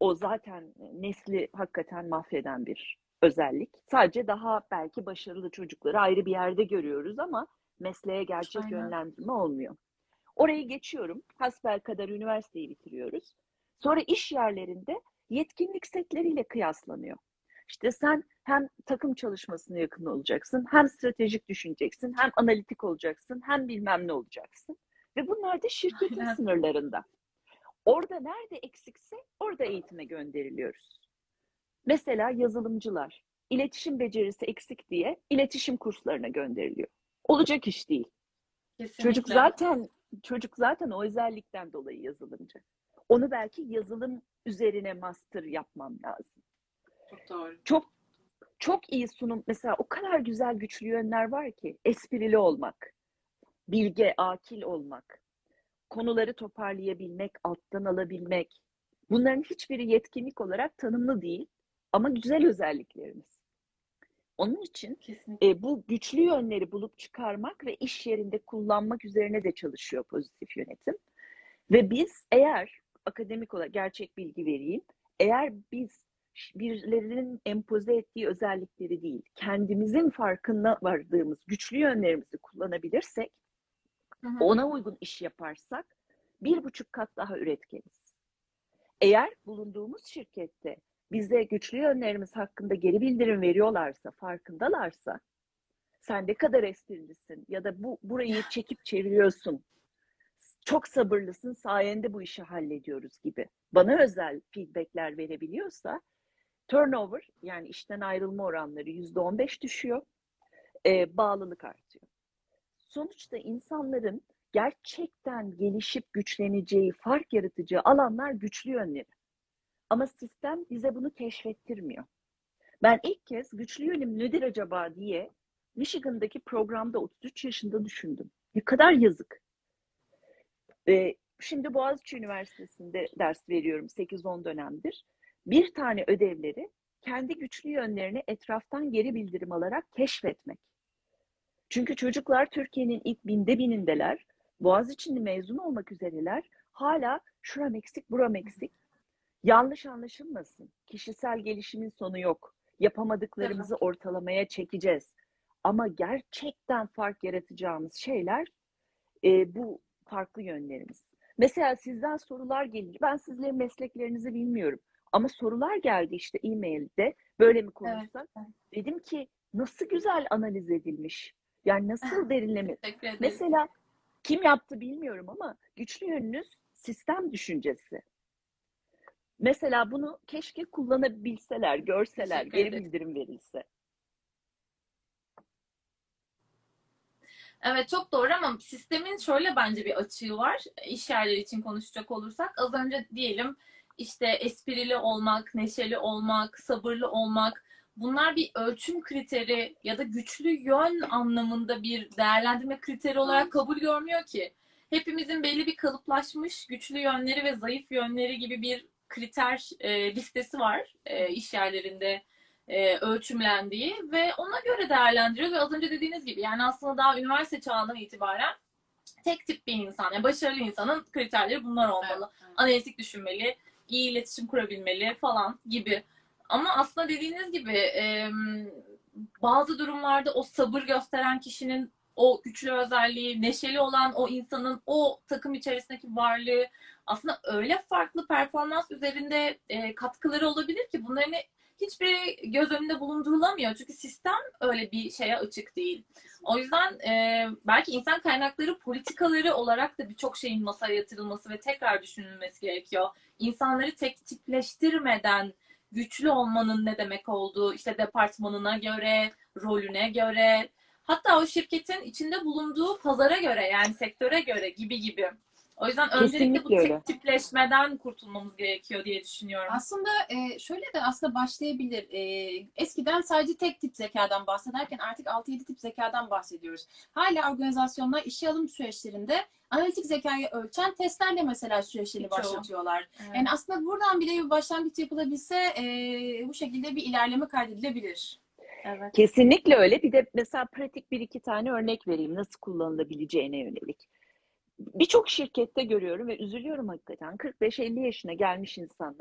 O zaten nesli hakikaten mahveden bir özellik. Sadece daha belki başarılı çocukları ayrı bir yerde görüyoruz ama mesleğe gerçek Aynen. yönlendirme olmuyor. Orayı geçiyorum. Hasbelkader üniversiteyi bitiriyoruz. Sonra iş yerlerinde yetkinlik setleriyle kıyaslanıyor. İşte sen hem takım çalışmasına yakın olacaksın, hem stratejik düşüneceksin, hem analitik olacaksın, hem bilmem ne olacaksın. Ve bunlar da şirketin Aynen. sınırlarında. Orada nerede eksikse orada eğitime gönderiliyoruz. Mesela yazılımcılar, iletişim becerisi eksik diye iletişim kurslarına gönderiliyor. Olacak iş değil. Kesinlikle. Çocuk zaten çocuk zaten o özellikten dolayı yazılımcı. Onu belki yazılım üzerine master yapmam lazım. Çok doğru. Çok çok iyi sunum. Mesela o kadar güzel güçlü yönler var ki. Esprili olmak, bilge, akil olmak, konuları toparlayabilmek, alttan alabilmek. Bunların hiçbiri yetkinlik olarak tanımlı değil ama güzel özelliklerimiz. Onun için Kesinlikle. e, bu güçlü yönleri bulup çıkarmak ve iş yerinde kullanmak üzerine de çalışıyor pozitif yönetim. Ve biz eğer akademik olarak gerçek bilgi vereyim, eğer biz birilerinin empoze ettiği özellikleri değil, kendimizin farkına vardığımız güçlü yönlerimizi kullanabilirsek, Hı hı. ona uygun iş yaparsak bir buçuk kat daha üretkeniz. Eğer bulunduğumuz şirkette bize güçlü yönlerimiz hakkında geri bildirim veriyorlarsa, farkındalarsa, sen ne kadar esprilisin ya da bu burayı çekip çeviriyorsun, çok sabırlısın, sayende bu işi hallediyoruz gibi bana özel feedbackler verebiliyorsa, turnover yani işten ayrılma oranları yüzde on beş düşüyor, e, bağlılık artıyor. Sonuçta insanların gerçekten gelişip güçleneceği, fark yaratacağı alanlar güçlü yönleri. Ama sistem bize bunu keşfettirmiyor. Ben ilk kez güçlü yönüm nedir acaba diye Michigan'daki programda otuz üç yaşında düşündüm. Ne kadar yazık. Ee, şimdi Boğaziçi Üniversitesi'nde ders veriyorum sekiz on dönemdir. Bir tane ödevleri kendi güçlü yönlerini etraftan geri bildirim alarak keşfetmek. Çünkü çocuklar Türkiye'nin ilk binde binindeler. Boğaziçi'nde mezun olmak üzereler. Hala şuram eksik, buram eksik. Yanlış anlaşılmasın. Kişisel gelişimin sonu yok. Yapamadıklarımızı ortalamaya çekeceğiz. Ama gerçekten fark yaratacağımız şeyler e, bu farklı yönlerimiz. Mesela sizden sorular gelince, ben sizlerin mesleklerinizi bilmiyorum. Ama sorular geldi işte e-mailde, böyle mi konuşsak? Evet. Dedim ki nasıl güzel analiz edilmiş. Yani nasıl derinleme. Teşekkür ederiz. Mesela kim yaptı bilmiyorum ama güçlü yönünüz sistem düşüncesi. Mesela bunu keşke kullanabilseler, görseler, Teşekkür geri ederiz. bildirim verilse. Evet, çok doğru ama sistemin şöyle bence bir açığı var. İş yerleri için konuşacak olursak az önce diyelim işte esprili olmak, neşeli olmak, sabırlı olmak, bunlar bir ölçüm kriteri ya da güçlü yön anlamında bir değerlendirme kriteri olarak kabul görmüyor ki. Hepimizin belli bir kalıplaşmış güçlü yönleri ve zayıf yönleri gibi bir kriter e, listesi var e, iş yerlerinde e, ölçümlendiği ve ona göre değerlendiriyor ve az önce dediğiniz gibi yani aslında daha üniversite çağından itibaren tek tip bir insan, yani başarılı insanın kriterleri bunlar olmalı. Evet, evet. Analitik düşünmeli, iyi iletişim kurabilmeli falan gibi. Ama aslında dediğiniz gibi e, bazı durumlarda o sabır gösteren kişinin o güçlü özelliği, neşeli olan o insanın o takım içerisindeki varlığı aslında öyle farklı performans üzerinde e, katkıları olabilir ki bunların hiçbiri göz önünde bulundurulamıyor. Çünkü sistem öyle bir şeye açık değil. O yüzden e, belki insan kaynakları politikaları olarak da birçok şeyin masaya yatırılması ve tekrar düşünülmesi gerekiyor. İnsanları tek tipleştirmeden güçlü olmanın ne demek olduğu, işte departmanına göre, rolüne göre, hatta o şirketin içinde bulunduğu pazara göre, yani sektöre göre gibi gibi. O yüzden öncelikle bu Kesinlikle öyle. tek tipleşmeden kurtulmamız gerekiyor diye düşünüyorum. Aslında e, şöyle de aslında başlayabilir. E, eskiden sadece tek tip zekadan bahsederken artık altı yedi tip zekadan bahsediyoruz. Hala organizasyonlar işe alım süreçlerinde analitik zekayı ölçen testlerle mesela süreçlerini Birçoğu. başlatıyorlar. Evet. Yani aslında buradan bile bir başlangıç yapılabilse e, bu şekilde bir ilerleme kaydedilebilir. Evet. Kesinlikle öyle. Bir de mesela pratik bir iki tane örnek vereyim nasıl kullanılabileceğine yönelik. Birçok şirkette görüyorum ve üzülüyorum hakikaten. kırk beş elli yaşına gelmiş insanlar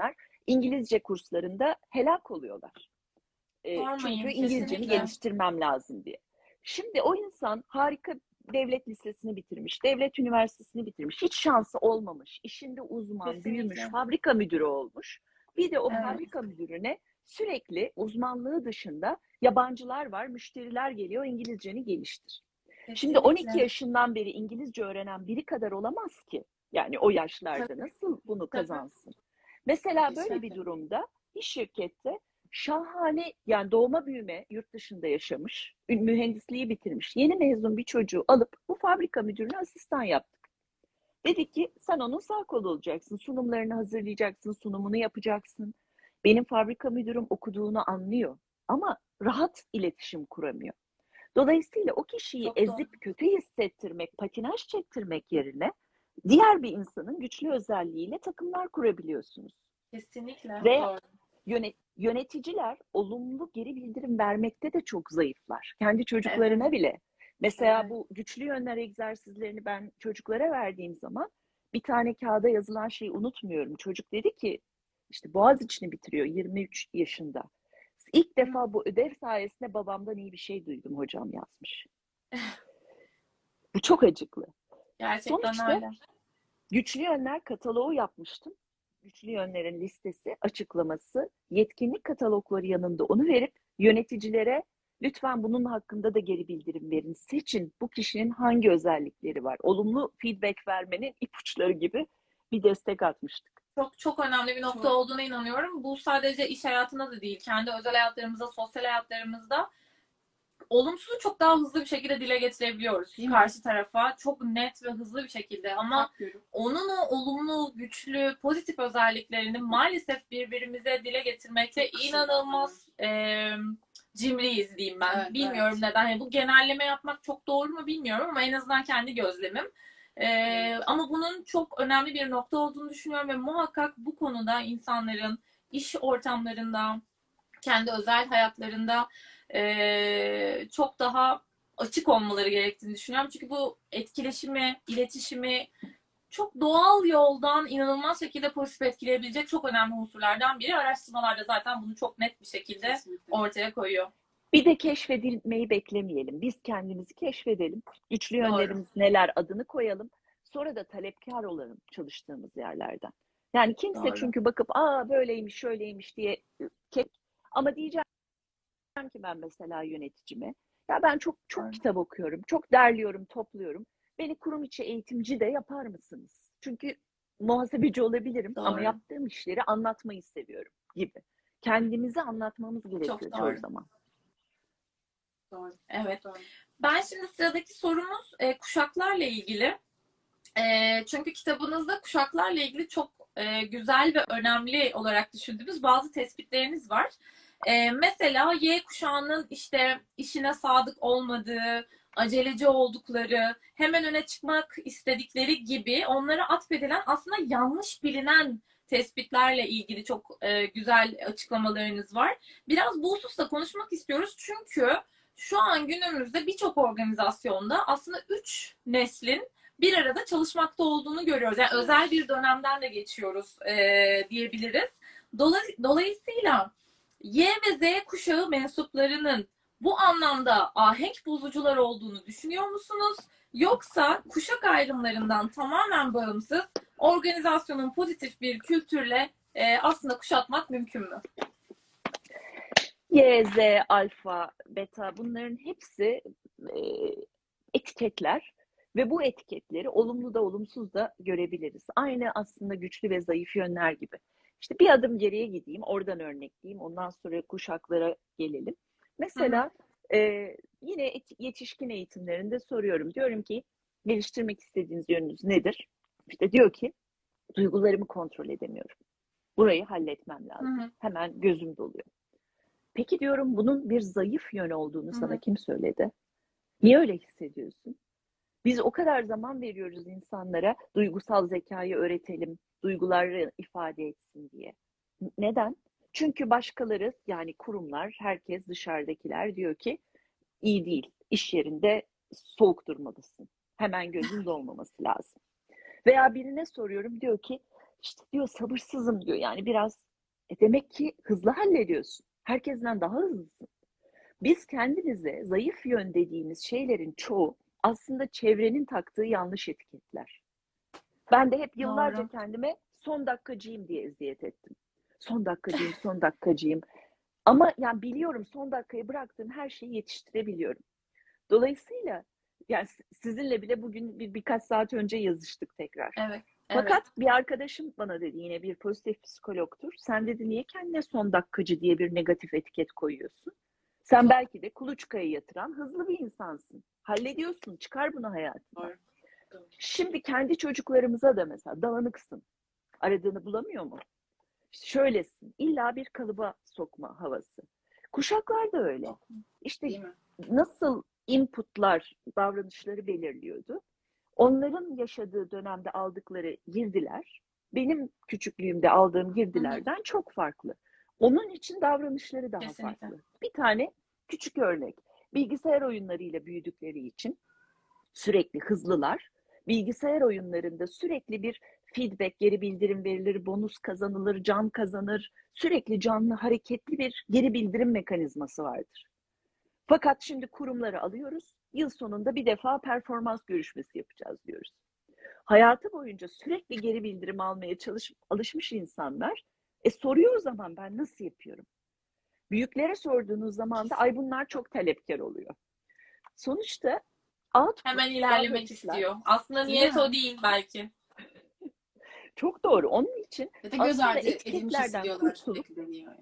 İngilizce kurslarında helak oluyorlar. E, çünkü Sormayın, İngilizcemi kesinlikle. geliştirmem lazım diye. Şimdi o insan harika devlet lisesini bitirmiş, devlet üniversitesini bitirmiş, hiç şansı olmamış, işinde uzman, büyümüş, Kesinlikle. fabrika müdürü olmuş. Bir de o Evet. fabrika müdürüne sürekli uzmanlığı dışında yabancılar var, müşteriler geliyor, İngilizceni geliştir. Şimdi on iki Kesinlikle. yaşından beri İngilizce öğrenen biri kadar olamaz ki. Yani o yaşlarda Tabii, nasıl bunu tabii. kazansın? Mesela böyle bir Kesinlikle. durumda bir şirkette şahane, yani doğma büyüme yurt dışında yaşamış, mühendisliği bitirmiş, yeni mezun bir çocuğu alıp bu fabrika müdürüne asistan yaptık. Dedik ki sen onun sağ kolu olacaksın, sunumlarını hazırlayacaksın, sunumunu yapacaksın. Benim fabrika müdürüm okuduğunu anlıyor ama rahat iletişim kuramıyor. Dolayısıyla o kişiyi Çok doğru. ezip kötü hissettirmek, patinaj çektirmek yerine diğer bir insanın güçlü özelliğiyle takımlar kurabiliyorsunuz. Kesinlikle. Ve Doğru. yönet, yöneticiler olumlu geri bildirim vermekte de çok zayıflar. Kendi çocuklarına Evet. bile. Mesela Evet. bu güçlü yönler egzersizlerini ben çocuklara verdiğim zaman bir tane kağıda yazılan şeyi unutmuyorum. Çocuk dedi ki işte Boğaziçi'ni bitiriyor yirmi üç yaşında. İlk Hı. defa bu ödev sayesinde babamdan iyi bir şey duydum hocam yazmış. Bu çok acıklı. Gerçekten Sonuçta öyle. güçlü yönler kataloğu yapmıştım. Güçlü yönlerin listesi, açıklaması, yetkinlik katalogları yanında onu verip yöneticilere lütfen bunun hakkında da geri bildirim verin. Seçin bu kişinin hangi özellikleri var. Olumlu feedback vermenin ipuçları gibi bir destek atmıştık. Çok çok önemli bir nokta Çok. olduğuna inanıyorum. Bu sadece iş hayatında da değil, kendi özel hayatlarımızda, sosyal hayatlarımızda olumsuzu çok daha hızlı bir şekilde dile getirebiliyoruz Değil mi? karşı tarafa. Çok net ve hızlı bir şekilde. Ama Hak görüp. onun o olumlu, güçlü, pozitif özelliklerini maalesef birbirimize dile getirmekte Çok kısa inanılmaz e, cimriyiz diyeyim ben. Evet, Bilmiyorum evet. neden. Yani bu genelleme yapmak çok doğru mu bilmiyorum ama en azından kendi gözlemim. Ee, Evet. ama bunun çok önemli bir nokta olduğunu düşünüyorum ve muhakkak bu konuda insanların iş ortamlarında, kendi özel hayatlarında e, çok daha açık olmaları gerektiğini düşünüyorum. Çünkü bu etkileşimi, iletişimi çok doğal yoldan inanılmaz şekilde pozitif etkileyebilecek çok önemli unsurlardan biri. Araştırmalarda zaten bunu çok net bir şekilde Kesinlikle. ortaya koyuyor. Bir de keşfedilmeyi beklemeyelim. Biz kendimizi keşfedelim. Güçlü Doğru. yönlerimiz neler adını koyalım. Sonra da talepkar olalım çalıştığımız yerlerden. Yani kimse Doğru. çünkü bakıp aa böyleymiş şöyleymiş diye kek. Ama diyeceğim ki ben mesela yöneticime ya ben çok çok Doğru. kitap okuyorum. Çok derliyorum, topluyorum. Beni kurum içi eğitimci de yapar mısınız? Çünkü muhasebeci olabilirim ama Doğru. yaptığım işleri anlatmayı seviyorum gibi. Kendimizi anlatmamız gerekiyor Çok çoğu doğru. zaman. Doğru. Evet. Doğru. Ben şimdi sıradaki sorumuz e, kuşaklarla ilgili. E, çünkü kitabınızda kuşaklarla ilgili çok e, güzel ve önemli olarak düşündüğümüz bazı tespitleriniz var. E, mesela Y kuşağının işte işine sadık olmadığı, aceleci oldukları, hemen öne çıkmak istedikleri gibi onlara atfedilen aslında yanlış bilinen tespitlerle ilgili çok e, güzel açıklamalarınız var. Biraz bu hususta konuşmak istiyoruz çünkü şu an günümüzde birçok organizasyonda aslında üç neslin bir arada çalışmakta olduğunu görüyoruz. Yani özel bir dönemden de geçiyoruz e, diyebiliriz. Dolay- Dolayısıyla Y ve Z kuşağı mensuplarının bu anlamda ahenk bozucular olduğunu düşünüyor musunuz? Yoksa kuşak ayrımlarından tamamen bağımsız organizasyonun pozitif bir kültürle e, aslında kuşatmak mümkün mü? Y, Z, alfa, beta bunların hepsi e, etiketler ve bu etiketleri olumlu da olumsuz da görebiliriz. Aynı aslında güçlü ve zayıf yönler gibi. İşte bir adım geriye gideyim, oradan örnekleyeyim, ondan sonra kuşaklara gelelim. Hı hı. Mesela e, yine yetişkin eğitimlerinde soruyorum. Diyorum ki geliştirmek istediğiniz yönünüz nedir? İşte diyor ki duygularımı kontrol edemiyorum. Burayı halletmem Hı lazım. hı. Hemen gözüm doluyor. Peki diyorum bunun bir zayıf yönü olduğunu Hı sana hı. kim söyledi? Niye öyle hissediyorsun? Biz o kadar zaman veriyoruz insanlara duygusal zekayı öğretelim, duyguları ifade etsin diye. Neden? Çünkü başkaları yani kurumlar, herkes dışarıdakiler diyor ki iyi değil. İş yerinde soğuk durmalısın. Hemen gözün dolmaması lazım. Veya birine soruyorum diyor ki işte diyor sabırsızım diyor. Yani biraz E demek ki hızlı hallediyorsun. Herkesten daha hızlısın. Biz kendimize zayıf yön dediğimiz şeylerin çoğu aslında çevrenin taktığı yanlış etiketler. Ben de hep yıllarca Doğru. kendime son dakikacıyım diye eziyet ettim. Son dakikacıyım, son dakikacıyım. Ama yani biliyorum son dakikaya bıraktığım her şeyi yetiştirebiliyorum. Dolayısıyla yani sizinle bile bugün bir birkaç saat önce yazıştık tekrar. Evet. Fakat Evet. bir arkadaşım bana dedi, yine bir pozitif psikologtur. Sen dedi niye kendine son dakikacı diye bir negatif etiket koyuyorsun? Sen belki de kuluçkayı yatıran hızlı bir insansın. Hallediyorsun, çıkar bunu hayatına. Doğru. Doğru. Şimdi kendi çocuklarımıza da mesela dağınıksın. Aradığını bulamıyor mu? İşte şöylesin. İlla bir kalıba sokma havası. Kuşaklar da öyle. İşte Değil mi? nasıl inputlar davranışları belirliyordu. Onların yaşadığı dönemde aldıkları girdiler, benim küçüklüğümde aldığım girdilerden çok farklı. Onun için davranışları daha Kesinlikle. farklı. Bir tane küçük örnek. Bilgisayar oyunlarıyla büyüdükleri için sürekli hızlılar. Bilgisayar oyunlarında sürekli bir feedback, geri bildirim verilir, bonus kazanılır, can kazanır. Sürekli canlı, hareketli bir geri bildirim mekanizması vardır. Fakat şimdi kurumları alıyoruz. Yıl sonunda bir defa performans görüşmesi yapacağız diyoruz. Hayatı boyunca sürekli geri bildirim almaya çalış, alışmış insanlar e, soruyor o zaman ben nasıl yapıyorum? Büyüklere sorduğunuz zaman da ay bunlar çok talepkar oluyor. Sonuçta output, Hemen ilerlemek davranışlar, istiyor. Aslında Değil niyet mi? o değil belki. çok doğru. Onun için Ya da göz aslında ardı edilmiş etiketlerden hissediyorlar kurtulup sürekli deniyor.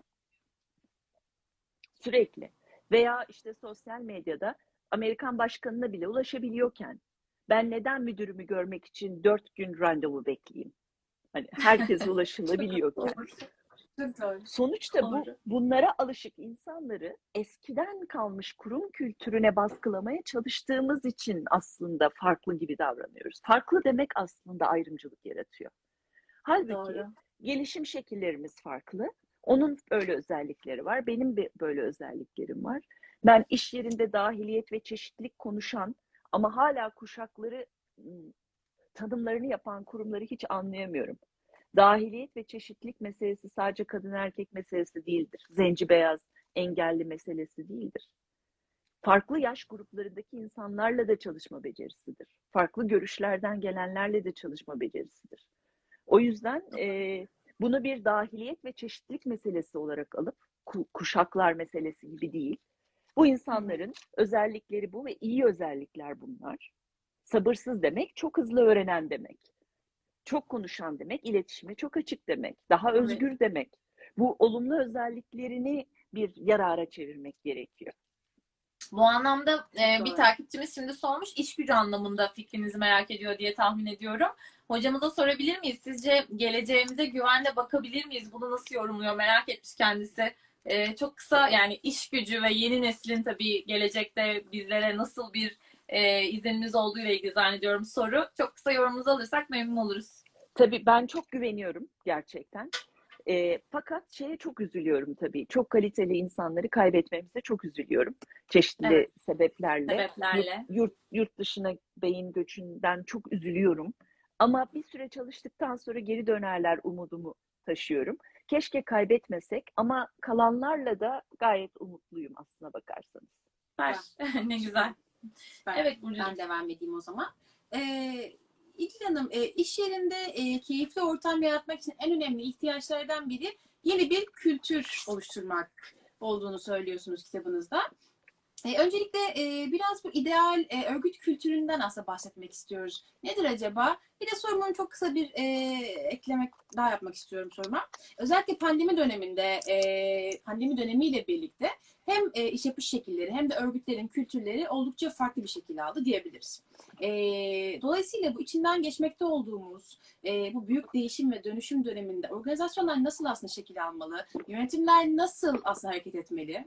sürekli veya işte sosyal medyada Amerikan başkanına bile ulaşabiliyorken ben neden müdürümü görmek için dört gün randevu bekleyeyim? Hani herkese ulaşılabiliyorken. Doğru. Çok doğru. Sonuçta bu Doğru. bunlara alışık insanları eskiden kalmış kurum kültürüne baskılamaya çalıştığımız için aslında farklı gibi davranıyoruz. Farklı demek aslında ayrımcılık yaratıyor. Halbuki Doğru. gelişim şekillerimiz farklı. Onun böyle özellikleri var. Benim böyle özelliklerim var. Ben iş yerinde dahiliyet ve çeşitlilik konuşan ama hala kuşakları tanımlarını yapan kurumları hiç anlayamıyorum. Dahiliyet ve çeşitlilik meselesi sadece kadın erkek meselesi değildir. Zenci beyaz engelli meselesi değildir. Farklı yaş gruplarındaki insanlarla da çalışma becerisidir. Farklı görüşlerden gelenlerle de çalışma becerisidir. O yüzden e, bunu bir dahiliyet ve çeşitlilik meselesi olarak alıp kuşaklar meselesi gibi değil. Bu insanların özellikleri bu ve iyi özellikler bunlar. Sabırsız demek çok hızlı öğrenen demek. Çok konuşan demek, iletişime çok açık demek. Daha özgür Evet. demek. Bu olumlu özelliklerini bir yarara çevirmek gerekiyor. Bu anlamda e, bir Doğru. takipçimiz şimdi sormuş. İş gücü anlamında fikrinizi merak ediyor diye tahmin ediyorum. Hocamıza sorabilir miyiz? Sizce geleceğimize güvenle bakabilir miyiz? Bunu nasıl yorumluyor? Merak etmiş kendisi. E, çok kısa yani iş gücü ve yeni neslin tabii gelecekte bizlere nasıl bir e, izlenimiz olduğu ile ilgili zannediyorum soru. Çok kısa yorumunuzu alırsak memnun oluruz. Tabii ben çok güveniyorum gerçekten. E, fakat şeye çok üzülüyorum tabii. Çok kaliteli insanları kaybetmemize çok üzülüyorum. Çeşitli Evet. sebeplerle. Sebeplerle. Yurt, yurt, yurt dışına beyin göçünden çok üzülüyorum. Ama bir süre çalıştıktan sonra geri dönerler umudumu taşıyorum. Keşke kaybetmesek ama kalanlarla da gayet umutluyum aslına bakarsanız. Süper. Ne güzel. Ben, Evet Burcu. ben devam edeyim o zaman. Ee, İdil Hanım, e, iş yerinde e, keyifli ortam yaratmak için en önemli ihtiyaçlardan biri yeni bir kültür oluşturmak olduğunu söylüyorsunuz kitabınızda. E, öncelikle e, biraz bu ideal e, örgüt kültüründen aslında bahsetmek istiyoruz. Nedir acaba? Bir de sorumun çok kısa bir e, eklemek daha yapmak istiyorum soruma. Özellikle pandemi döneminde, e, pandemi dönemiyle birlikte hem e, iş yapış şekilleri hem de örgütlerin kültürleri oldukça farklı bir şekil aldı diyebiliriz. E, dolayısıyla bu içinden geçmekte olduğumuz e, bu büyük değişim ve dönüşüm döneminde organizasyonlar nasıl aslında şekil almalı? Yönetimler nasıl aslında hareket etmeli?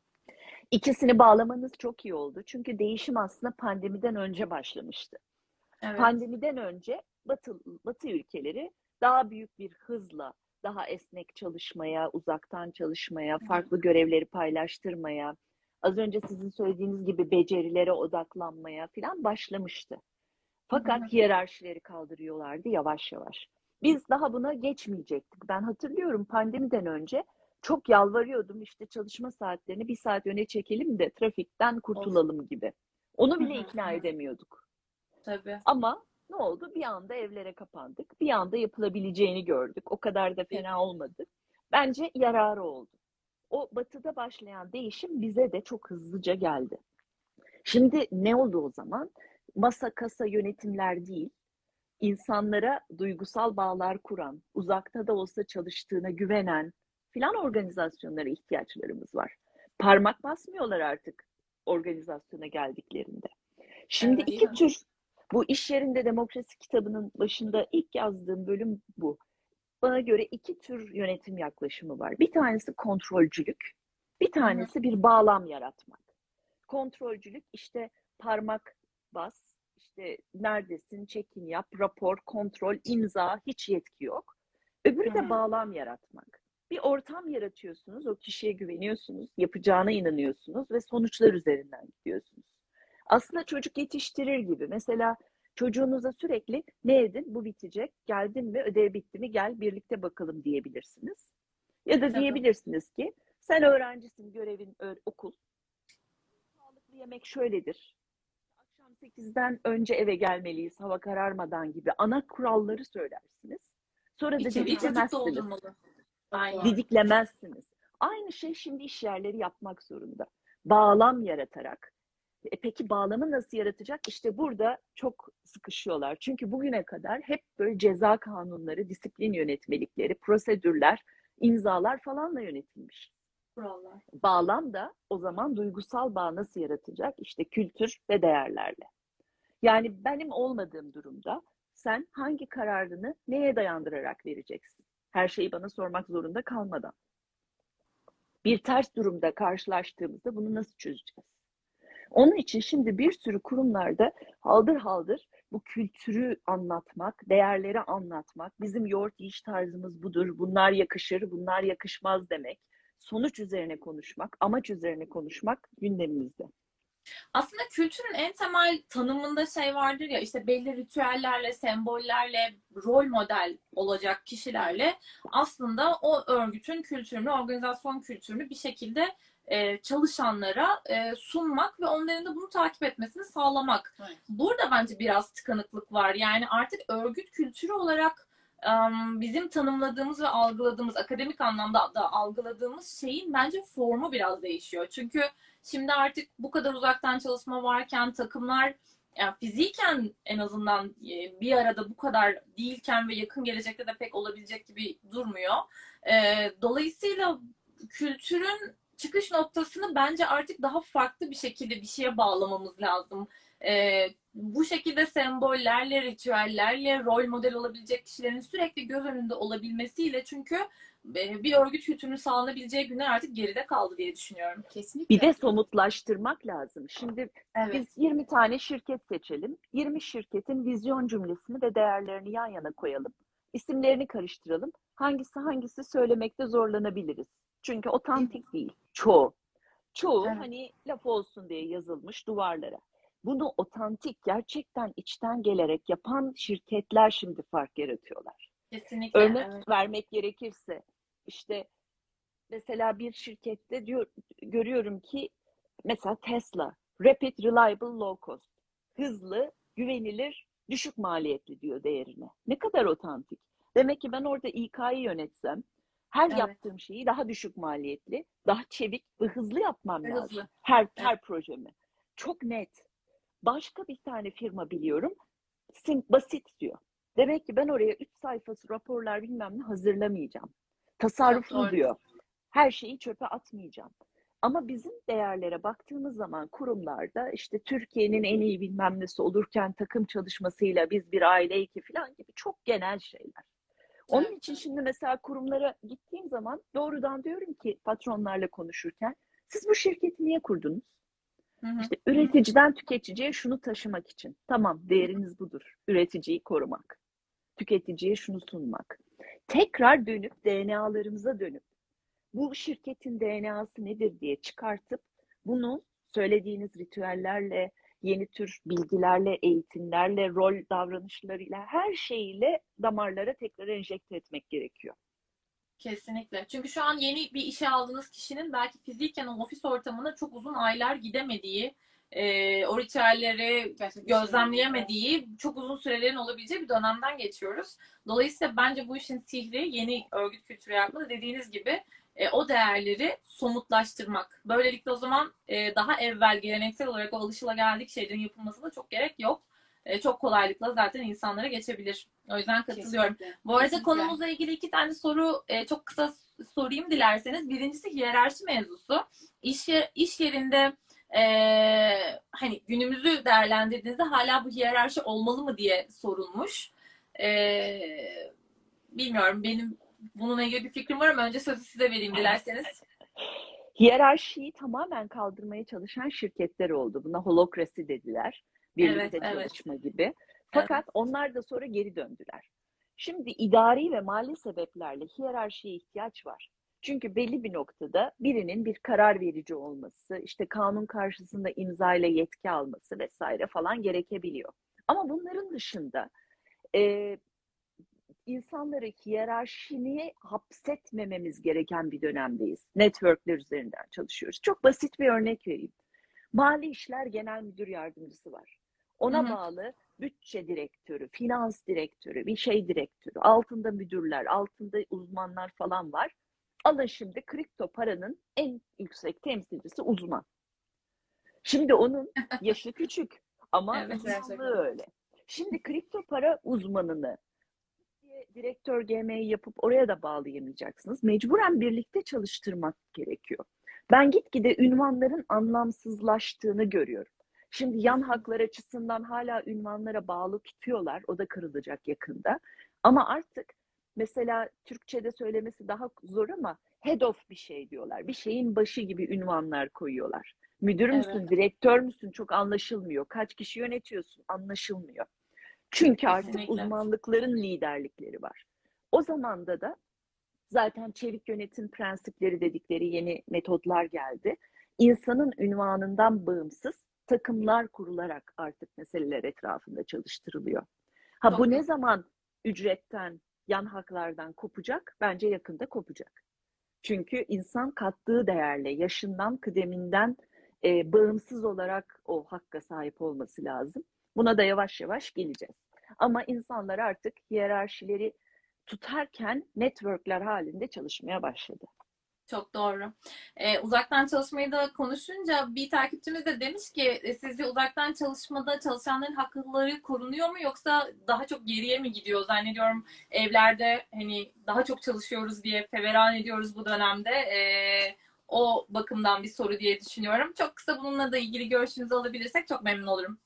İkisini bağlamanız çok iyi oldu. Çünkü değişim aslında pandemiden önce başlamıştı. Evet. Pandemiden önce Batı, Batı ülkeleri daha büyük bir hızla daha esnek çalışmaya, uzaktan çalışmaya, farklı görevleri paylaştırmaya, az önce sizin söylediğiniz gibi becerilere odaklanmaya falan başlamıştı. Fakat hiyerarşileri kaldırıyorlardı yavaş yavaş. Biz daha buna geçmeyecektik. Ben hatırlıyorum pandemiden önce çok yalvarıyordum işte çalışma saatlerini bir saat öne çekelim de trafikten Of. kurtulalım gibi. Onu Hı bile hı, ikna hı. edemiyorduk. Tabii. Ama ne oldu? Bir anda evlere kapandık. Bir anda yapılabileceğini gördük. O kadar da fena olmadı. Bence yararı oldu. O batıda başlayan değişim bize de çok hızlıca geldi. Şimdi ne oldu o zaman? Masa kasa yönetimler değil, insanlara duygusal bağlar kuran, uzakta da olsa çalıştığına güvenen filan organizasyonlara ihtiyaçlarımız var. Parmak basmıyorlar artık organizasyona geldiklerinde. Şimdi Evet. iki tür, bu iş yerinde demokrasi kitabının başında ilk yazdığım bölüm bu. Bana göre iki tür yönetim yaklaşımı var. Bir tanesi kontrolcülük, bir Hı hı. tanesi bir bağlam yaratmak. Kontrolcülük işte parmak bas, işte neredesin, check-in yap, rapor, kontrol, imza, hiç yetki yok. Hı Öbürü de hı. bağlam yaratmak. Bir ortam yaratıyorsunuz, o kişiye güveniyorsunuz, yapacağına inanıyorsunuz ve sonuçlar üzerinden gidiyorsunuz. Aslında çocuk yetiştirir gibi. Mesela çocuğunuza sürekli ne edin, bu bitecek, geldin mi, ödev bitti mi, gel birlikte bakalım diyebilirsiniz. Ya da Tabii. diyebilirsiniz ki sen öğrencisin, görevin okul. Sağlıklı yemek şöyledir. Akşam sekizden önce eve gelmeliyiz hava kararmadan gibi ana kuralları söylersiniz. Sonra da İçeriği çocuk didiklemezsiniz. doldurmalı. Aynen. Didiklemezsiniz. Aynı şey şimdi iş yerleri yapmak zorunda. Bağlam yaratarak. E peki bağlamı nasıl yaratacak? İşte burada çok sıkışıyorlar. Çünkü bugüne kadar hep böyle ceza kanunları, disiplin yönetmelikleri, prosedürler, imzalar falanla yönetilmiş. Kurallar. Bağlam da o zaman duygusal bağ nasıl yaratacak? İşte kültür ve değerlerle. Yani benim olmadığım durumda sen hangi kararını neye dayandırarak vereceksin? Her şeyi bana sormak zorunda kalmadan. Bir ters durumda karşılaştığımızda bunu nasıl çözeceğiz? Onun için şimdi bir sürü kurumlarda haldır haldır bu kültürü anlatmak, değerleri anlatmak, bizim yoğurt yiyiş tarzımız budur, bunlar yakışır, bunlar yakışmaz demek, sonuç üzerine konuşmak, amaç üzerine konuşmak gündemimizde. Aslında kültürün en temel tanımında şey vardır ya, işte belli ritüellerle, sembollerle, rol model olacak kişilerle aslında o örgütün kültürünü, organizasyon kültürünü bir şekilde e, çalışanlara e, sunmak ve onların da bunu takip etmesini sağlamak. Evet. Burada bence biraz tıkanıklık var. Yani artık örgüt kültürü olarak um, bizim tanımladığımız ve algıladığımız, akademik anlamda da algıladığımız şeyin bence formu biraz değişiyor. Çünkü şimdi artık bu kadar uzaktan çalışma varken, takımlar yani fiziken en azından bir arada bu kadar değilken ve yakın gelecekte de pek olabilecek gibi durmuyor. Dolayısıyla kültürün çıkış noktasını bence artık daha farklı bir şekilde bir şeye bağlamamız lazım. Bu şekilde sembollerle, ritüellerle rol model olabilecek kişilerin sürekli göz önünde olabilmesiyle, çünkü bir örgüt kültürünün sağlanabileceği günler artık geride kaldı diye düşünüyorum. Kesinlikle. Bir de somutlaştırmak lazım. Şimdi Evet. biz yirmi tane şirket seçelim. yirmi şirketin vizyon cümlesini ve değerlerini yan yana koyalım. İsimlerini karıştıralım. Hangisi hangisi söylemekte zorlanabiliriz. Çünkü otantik değil. Çoğu. Çoğu Evet. hani laf olsun diye yazılmış duvarlara. Bunu otantik, gerçekten içten gelerek yapan şirketler şimdi fark yaratıyorlar. Kesinlikle. Örnek Evet. vermek gerekirse işte mesela bir şirkette diyor, görüyorum ki mesela Tesla, Rapid, Reliable, Low Cost. Hızlı, güvenilir, düşük maliyetli diyor değerine. Ne kadar otantik. Demek ki ben orada İK'yı yönetsem her Evet. yaptığım şeyi daha düşük maliyetli, daha çevik ve hızlı yapmam Ve lazım. hızlı. Her, her Evet. projemi. Çok net. Başka bir tane firma biliyorum. Sim, basit diyor. Demek ki ben oraya üç sayfası raporlar bilmem ne hazırlamayacağım. Çok Tasarruflu doğru. diyor. Her şeyi çöpe atmayacağım. Ama bizim değerlere baktığımız zaman kurumlarda işte Türkiye'nin en iyi bilmem nesi olurken takım çalışmasıyla biz bir aile iki falan gibi çok genel şeyler. Onun Evet. için şimdi mesela kurumlara gittiğim zaman doğrudan diyorum ki patronlarla konuşurken siz bu şirketi niye kurdunuz? Hı hı. İşte üreticiden tüketiciye şunu taşımak için. Tamam, değeriniz budur. Üreticiyi korumak. Tüketiciye şunu sunmak. Tekrar dönüp D N A'larımıza dönüp bu şirketin D N A'sı nedir diye çıkartıp bunu söylediğiniz ritüellerle, yeni tür bilgilerle, eğitimlerle, rol davranışlarıyla, her şeyiyle damarlara tekrar enjekte etmek gerekiyor. Kesinlikle. Çünkü şu an yeni bir işe aldığınız kişinin belki fiziken o ofis ortamına çok uzun aylar gidemediği, e, o ritüelleri gözlemleyemediği, çok uzun sürelerin olabileceği bir dönemden geçiyoruz. Dolayısıyla bence bu işin sihri yeni örgüt kültürü yaratmada dediğiniz gibi e, o değerleri somutlaştırmak. Böylelikle o zaman e, daha evvel geleneksel olarak o alışılageldik şeylerin yapılmasına çok gerek yok. E, çok kolaylıkla zaten insanlara geçebilir. O yüzden katılıyorum. Kesinlikle. Bu arada Kesinlikle. konumuzla ilgili iki tane soru e, çok kısa sorayım dilerseniz. Birincisi hiyerarşi mevzusu. İş, yer, iş yerinde e, hani günümüzü değerlendirdiğinizde hala bu hiyerarşi olmalı mı diye sorulmuş. E, bilmiyorum, benim bununla ilgili bir fikrim var ama önce sözü size vereyim dilerseniz. Hiyerarşiyi tamamen kaldırmaya çalışan şirketler oldu. Buna holokrasi dediler. Birlikte Evet, evet. çalışma gibi. Fakat onlar da sonra geri döndüler. Şimdi idari ve mali sebeplerle hiyerarşiye ihtiyaç var. Çünkü belli bir noktada birinin bir karar verici olması, işte kanun karşısında imza ile yetki alması vesaire falan gerekebiliyor. Ama bunların dışında e, insanları hiyerarşiye hapsetmememiz gereken bir dönemdeyiz. Networkler üzerinden çalışıyoruz. Çok basit bir örnek vereyim. Mali İşler Genel Müdür Yardımcısı var. Ona Hı hı. bağlı bütçe direktörü, finans direktörü, bir şey direktörü, altında müdürler, altında uzmanlar falan var. Alın şimdi kripto paranın en yüksek temsilcisi uzman. Şimdi onun yaşı küçük ama Evet, uzmanlığı öyle. Şimdi kripto para uzmanını direktör G M'yi yapıp oraya da bağlayamayacaksınız. Mecburen birlikte çalıştırmak gerekiyor. Ben gitgide ünvanların anlamsızlaştığını görüyorum. Şimdi yan haklar açısından hala ünvanlara bağlı tutuyorlar. O da kırılacak yakında. Ama artık mesela Türkçe'de söylemesi daha zor ama head of bir şey diyorlar. Bir şeyin başı gibi ünvanlar koyuyorlar. Müdür müsün, Evet. direktör müsün çok anlaşılmıyor. Kaç kişi yönetiyorsun anlaşılmıyor. Çünkü artık Kesinlikle. uzmanlıkların liderlikleri var. O zamanda da zaten çevik yönetim prensipleri dedikleri yeni metodlar geldi. İnsanın ünvanından bağımsız takımlar kurularak artık meseleler etrafında çalıştırılıyor. Ha Çok bu ne güzel. zaman ücretten, yan haklardan kopacak? Bence yakında kopacak. Çünkü insan kattığı değerle, yaşından, kıdeminden e, bağımsız olarak o hakka sahip olması lazım. Buna da yavaş yavaş geleceğiz. Ama insanlar artık hiyerarşileri tutarken networkler halinde çalışmaya başladı. Çok doğru. Ee, uzaktan çalışmayı da konuşunca bir takipçimiz de demiş ki e, sizce uzaktan çalışmada çalışanların hakları korunuyor mu yoksa daha çok geriye mi gidiyor? Zannediyorum evlerde hani daha çok çalışıyoruz diye feveran ediyoruz bu dönemde. Ee, o bakımdan bir soru diye düşünüyorum. Çok kısa bununla da ilgili görüşünüzü alabilirsek çok memnun olurum.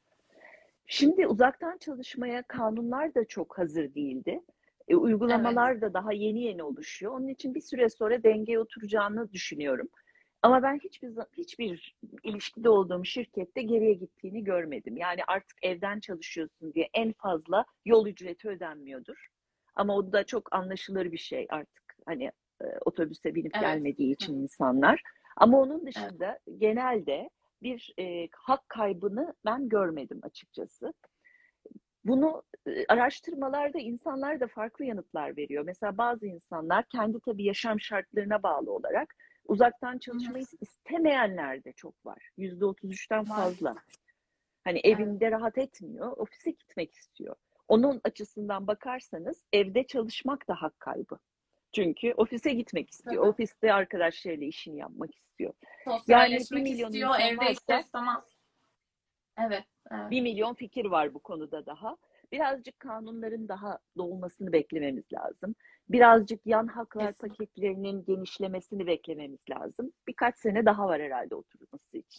Şimdi uzaktan çalışmaya kanunlar da çok hazır değildi. E, Evet. uygulamalar da daha yeni yeni oluşuyor. Onun için bir süre sonra dengeye oturacağını düşünüyorum. Ama ben hiçbir hiçbir ilişkide olduğum şirkette geriye gittiğini görmedim. Yani artık evden çalışıyorsun diye en fazla yol ücreti ödenmiyordur. Ama o da çok anlaşılır bir şey artık. Hani e, otobüse binip Evet. gelmediği için insanlar. Ama onun Evet. dışında genelde bir e, hak kaybını ben görmedim açıkçası. Bunu e, araştırmalarda insanlar da farklı yanıtlar veriyor. Mesela bazı insanlar kendi tabii yaşam şartlarına bağlı olarak uzaktan Hı hı. çalışmayı istemeyenler de çok var. yüzde otuz üçten Var. fazla. Hani Evet. evinde rahat etmiyor, ofise gitmek istiyor. Onun açısından bakarsanız evde çalışmak da hak kaybı. Çünkü ofise gitmek istiyor. Tabii. Ofiste arkadaşlarıyla işini yapmak istiyor. Yani bir Sosyalleşmek milyon istiyor. insan Evde ister varsa istemez. Evet. Evet. bir milyon fikir var bu konuda daha. Birazcık kanunların daha doğmasını beklememiz lazım. Birazcık yan haklar Kesin. paketlerinin genişlemesini beklememiz lazım. Birkaç sene daha var herhalde oturması için.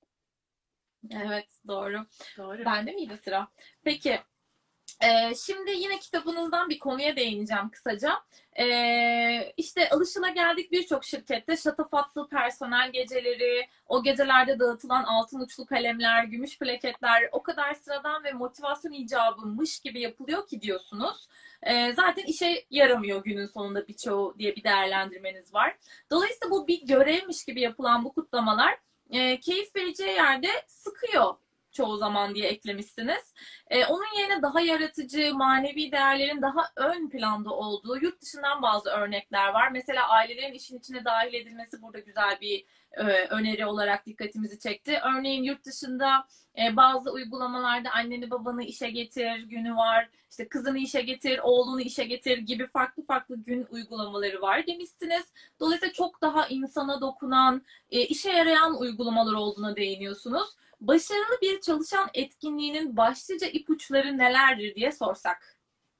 Evet, doğru. Doğru. Bende miydi sıra? Peki. Ee, şimdi yine kitabınızdan bir konuya değineceğim kısaca. Ee, işte alışılageldik birçok şirkette şatafatlı personel geceleri, o gecelerde dağıtılan altın uçlu kalemler, gümüş plaketler o kadar sıradan ve motivasyon icabıymış gibi yapılıyor ki diyorsunuz. Ee, zaten işe yaramıyor günün sonunda birçoğu diye bir değerlendirmeniz var. Dolayısıyla bu bir görevmiş gibi yapılan bu kutlamalar e, keyif vereceği yerde sıkıyor. çoğu zaman diye eklemişsiniz. Ee, onun yerine daha yaratıcı, manevi değerlerin daha ön planda olduğu yurt dışından bazı örnekler var. Mesela ailelerin işin içine dahil edilmesi burada güzel bir e, öneri olarak dikkatimizi çekti. Örneğin yurt dışında e, bazı uygulamalarda anneni babanı işe getir günü var. İşte kızını işe getir, oğlunu işe getir gibi farklı farklı gün uygulamaları var demişsiniz. Dolayısıyla çok daha insana dokunan, e, işe yarayan uygulamalar olduğuna değiniyorsunuz. Başarılı bir çalışan etkinliğinin başlıca ipuçları nelerdir diye sorsak.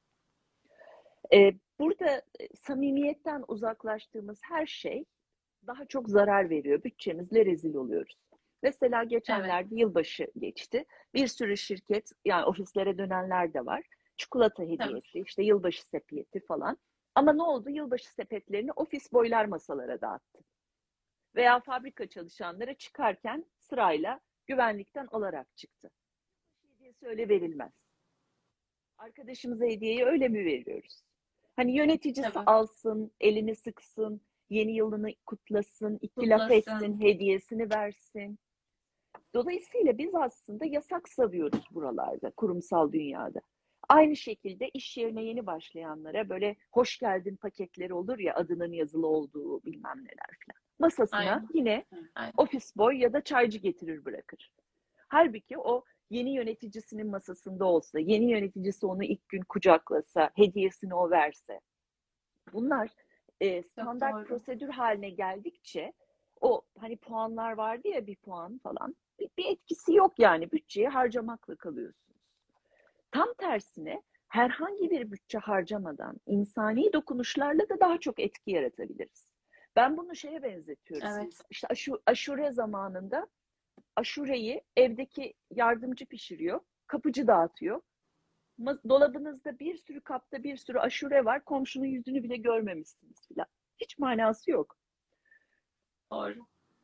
Ee, burada e, samimiyetten uzaklaştığımız her şey daha çok zarar veriyor. Bütçemizle rezil oluyoruz. Mesela geçenlerde Evet. yılbaşı geçti. Bir sürü şirket, yani ofislere dönenler de var. Çikolata hediye Tabii. etti, işte yılbaşı sepeti falan. Ama ne oldu? Yılbaşı sepetlerini ofis boylar masalara dağıttı. Veya fabrika çalışanlara çıkarken sırayla güvenlikten alarak çıktı. Hediyesi öyle verilmez. Arkadaşımıza hediyeyi öyle mi veriyoruz? Hani yöneticisi Tabii. alsın, elini sıksın, yeni yılını kutlasın, iki laf etsin, Kutlasın. hediyesini versin. Dolayısıyla biz aslında yasak savıyoruz buralarda, kurumsal dünyada. Aynı şekilde iş yerine yeni başlayanlara böyle hoş geldin paketleri olur ya, adının yazılı olduğu bilmem neler falan. Masasına Aynen. yine Aynen. ofis boy ya da çaycı getirir bırakır. Halbuki o yeni yöneticisinin masasında olsa, yeni yöneticisi onu ilk gün kucaklasa, hediyesini o verse. Bunlar e, Çok standart doğru. prosedür haline geldikçe o hani puanlar vardı ya, bir puan falan, bir, bir etkisi yok yani, bütçeyi harcamakla kalıyorsunuz. Tam tersine herhangi bir bütçe harcamadan insani dokunuşlarla da daha çok etki yaratabiliriz. Ben bunu şeye benzetiyorum. Evet. İşte aşı, aşure zamanında aşureyi evdeki yardımcı pişiriyor, kapıcı dağıtıyor. Dolabınızda bir sürü kapta bir sürü aşure var, komşunun yüzünü bile görmemişsiniz filan. Hiç manası yok. Doğru.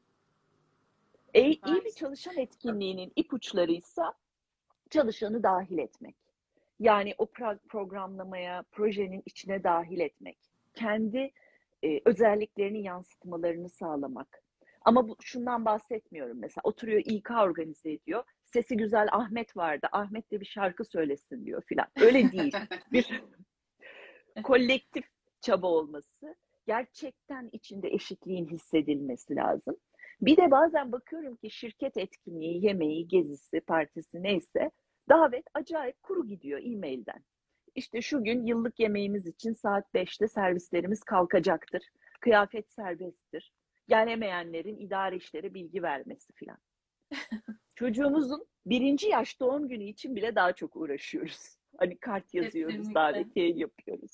E, iyi bir Maalesef. çalışan etkinliğinin ipuçlarıysa çalışanı dahil etmek. Yani o programlamaya, projenin içine dahil etmek. Kendi e, özelliklerini yansıtmalarını sağlamak. Ama bu, şundan bahsetmiyorum. Mesela oturuyor, İK organize ediyor. Sesi güzel Ahmet vardı. Ahmet de bir şarkı söylesin diyor filan. Öyle değil. Bir kolektif çaba olması. Gerçekten içinde eşitliğin hissedilmesi lazım. Bir de bazen bakıyorum ki şirket etkinliği, yemeği, gezisi, partisi neyse, davet acayip kuru gidiyor e-mailden. İşte şu gün yıllık yemeğimiz için saat beşte servislerimiz kalkacaktır. Kıyafet serbesttir. Gelemeyenlerin idare işleri bilgi vermesi filan. Çocuğumuzun birinci yaş doğum günü için bile daha çok uğraşıyoruz. Hani kart yazıyoruz, Kesinlikle. davetiye yapıyoruz.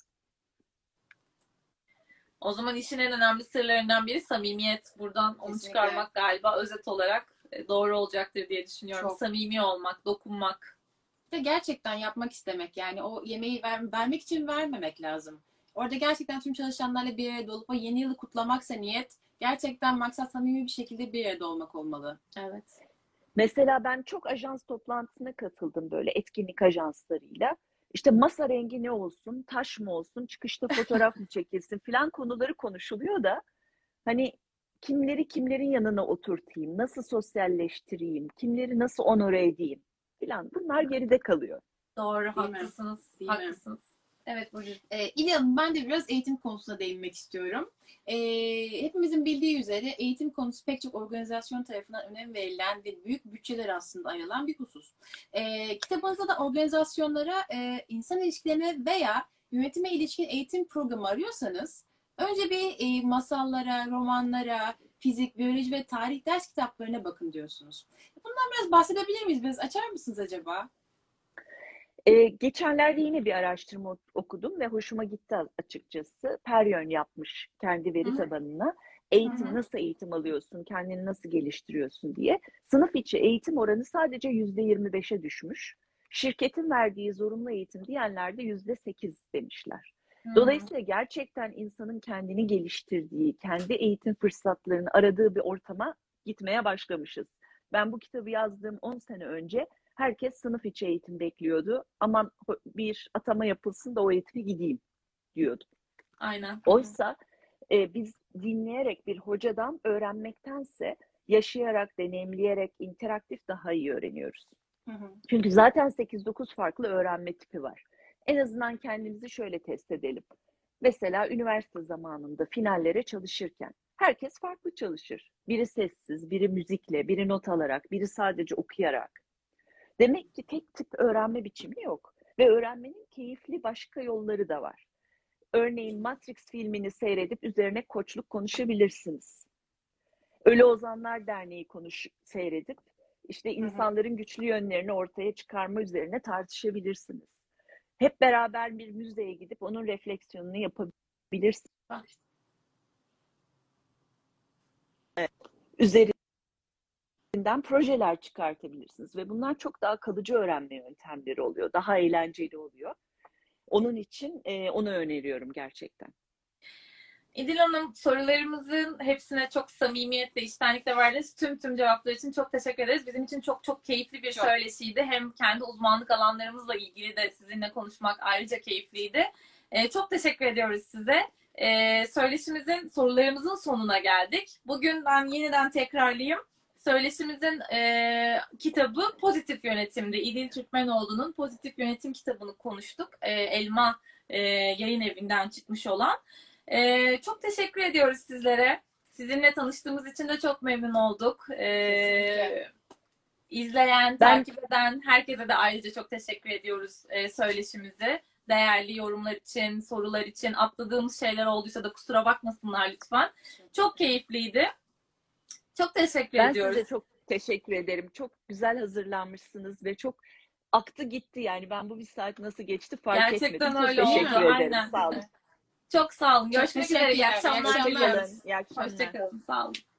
O zaman işin en önemli sırlarından biri samimiyet. Buradan onu Kesinlikle. çıkarmak galiba özet olarak doğru olacaktır diye düşünüyorum. Çok. Samimi olmak, dokunmak. De gerçekten yapmak istemek, yani o yemeği ver, vermek için vermemek lazım. Orada gerçekten tüm çalışanlarla bir arada olup o yeni yılı kutlamaksa niyet, gerçekten maksat samimi bir şekilde bir arada olmak olmalı. Evet. Mesela ben çok ajans toplantısına katıldım, böyle etkinlik ajanslarıyla. İşte masa rengi ne olsun, taş mı olsun, çıkışta fotoğraf mı çekilsin filan konuları konuşuluyor da hani kimleri kimlerin yanına oturtayım, nasıl sosyalleştireyim, kimleri nasıl onore edeyim filan, bunlar geride kalıyor. Doğru, Değil mi? haklısınız. Değil mi? haklısınız. Evet Burcu. Ee, İlhan Hanım, ben de biraz eğitim konusuna değinmek istiyorum. Ee, hepimizin bildiği üzere eğitim konusu pek çok organizasyon tarafından önem verilen ve büyük bütçeler aslında ayrılan bir husus. Ee, kitabınızda da organizasyonlara e, insan ilişkilerine veya yönetime ilişkin eğitim programı arıyorsanız önce bir e, masallara, romanlara, fizik, biyoloji ve tarih ders kitaplarına bakın diyorsunuz. Bundan biraz bahsedebilir miyiz? Biraz açar mısınız acaba? Ee, geçenlerde yine bir araştırma okudum ve hoşuma gitti açıkçası. Peryön yapmış kendi veri Hı hı. tabanına. Hı Eğitim, hı. nasıl eğitim alıyorsun, kendini nasıl geliştiriyorsun diye. Sınıf içi eğitim oranı sadece yüzde yirmi beşe düşmüş. Şirketin verdiği zorunlu eğitim diyenler de yüzde sekiz demişler. Hı hı. Dolayısıyla gerçekten insanın kendini geliştirdiği, kendi eğitim fırsatlarını aradığı bir ortama gitmeye başlamışız. Ben bu kitabı yazdığım on sene önce herkes sınıf içi eğitim bekliyordu. Aman bir atama yapılsın da o eğitime gideyim diyordu. Aynen. Hı hı. Oysa e, biz dinleyerek bir hocadan öğrenmektense yaşayarak, deneyimleyerek, interaktif daha iyi öğreniyoruz. Hı hı. Çünkü zaten sekiz dokuz farklı öğrenme tipi var. En azından kendimizi şöyle test edelim. Mesela üniversite zamanında finallere çalışırken herkes farklı çalışır. Biri sessiz, biri müzikle, biri not alarak, biri sadece okuyarak. Demek ki tek tip öğrenme biçimi yok ve öğrenmenin keyifli başka yolları da var. Örneğin Matrix filmini seyredip üzerine koçluk konuşabilirsiniz. Ölü Ozanlar Derneği konuş seyredip işte insanların güçlü yönlerini ortaya çıkarma üzerine tartışabilirsiniz. Hep beraber bir müzeye gidip onun refleksiyonunu yapabilirsiniz. Üzerinden projeler çıkartabilirsiniz ve bunlar çok daha kalıcı öğrenme yöntemleri oluyor. Daha eğlenceli oluyor. Onun için e, onu öneriyorum gerçekten. İdil Hanım, sorularımızın hepsine çok samimiyetle, içtenlikle verdiniz. Tüm tüm cevaplar için çok teşekkür ederiz. Bizim için çok çok keyifli bir Çok. söyleşiydi. Hem kendi uzmanlık alanlarımızla ilgili de sizinle konuşmak ayrıca keyifliydi. Ee, çok teşekkür ediyoruz size. Ee, söyleşimizin, sorularımızın sonuna geldik. Bugün ben yeniden tekrarlayayım. Söyleşimizin e, kitabı Pozitif Yönetim'de. İdil Türkmenoğlu'nun Pozitif Yönetim kitabını konuştuk. E, Elma e, Yayın Evi'nden çıkmış olan. Ee, çok teşekkür ediyoruz sizlere. Sizinle tanıştığımız için de çok memnun olduk. Ee, izleyen, Ben- takip eden herkese de ayrıca çok teşekkür ediyoruz e, söyleşimizi. Değerli yorumlar için, sorular için, atladığımız şeyler olduysa da kusura bakmasınlar lütfen. Çok keyifliydi. Çok teşekkür Ben ediyoruz. size çok teşekkür ederim. Çok güzel hazırlanmışsınız ve çok aktı gitti. Yani ben bu bir saat nasıl geçti fark Gerçekten etmedim. Çok öyle oldu, teşekkür ederim. aynen. Sağ olun. Çok sağ olun. Çok Görüşmek üzere. İyi teşekkürler. İyi akşamlar akşamlar. diliyoruz. Hoşçakalın. İyi akşamlar. Hoşçakalın. Sağ olun.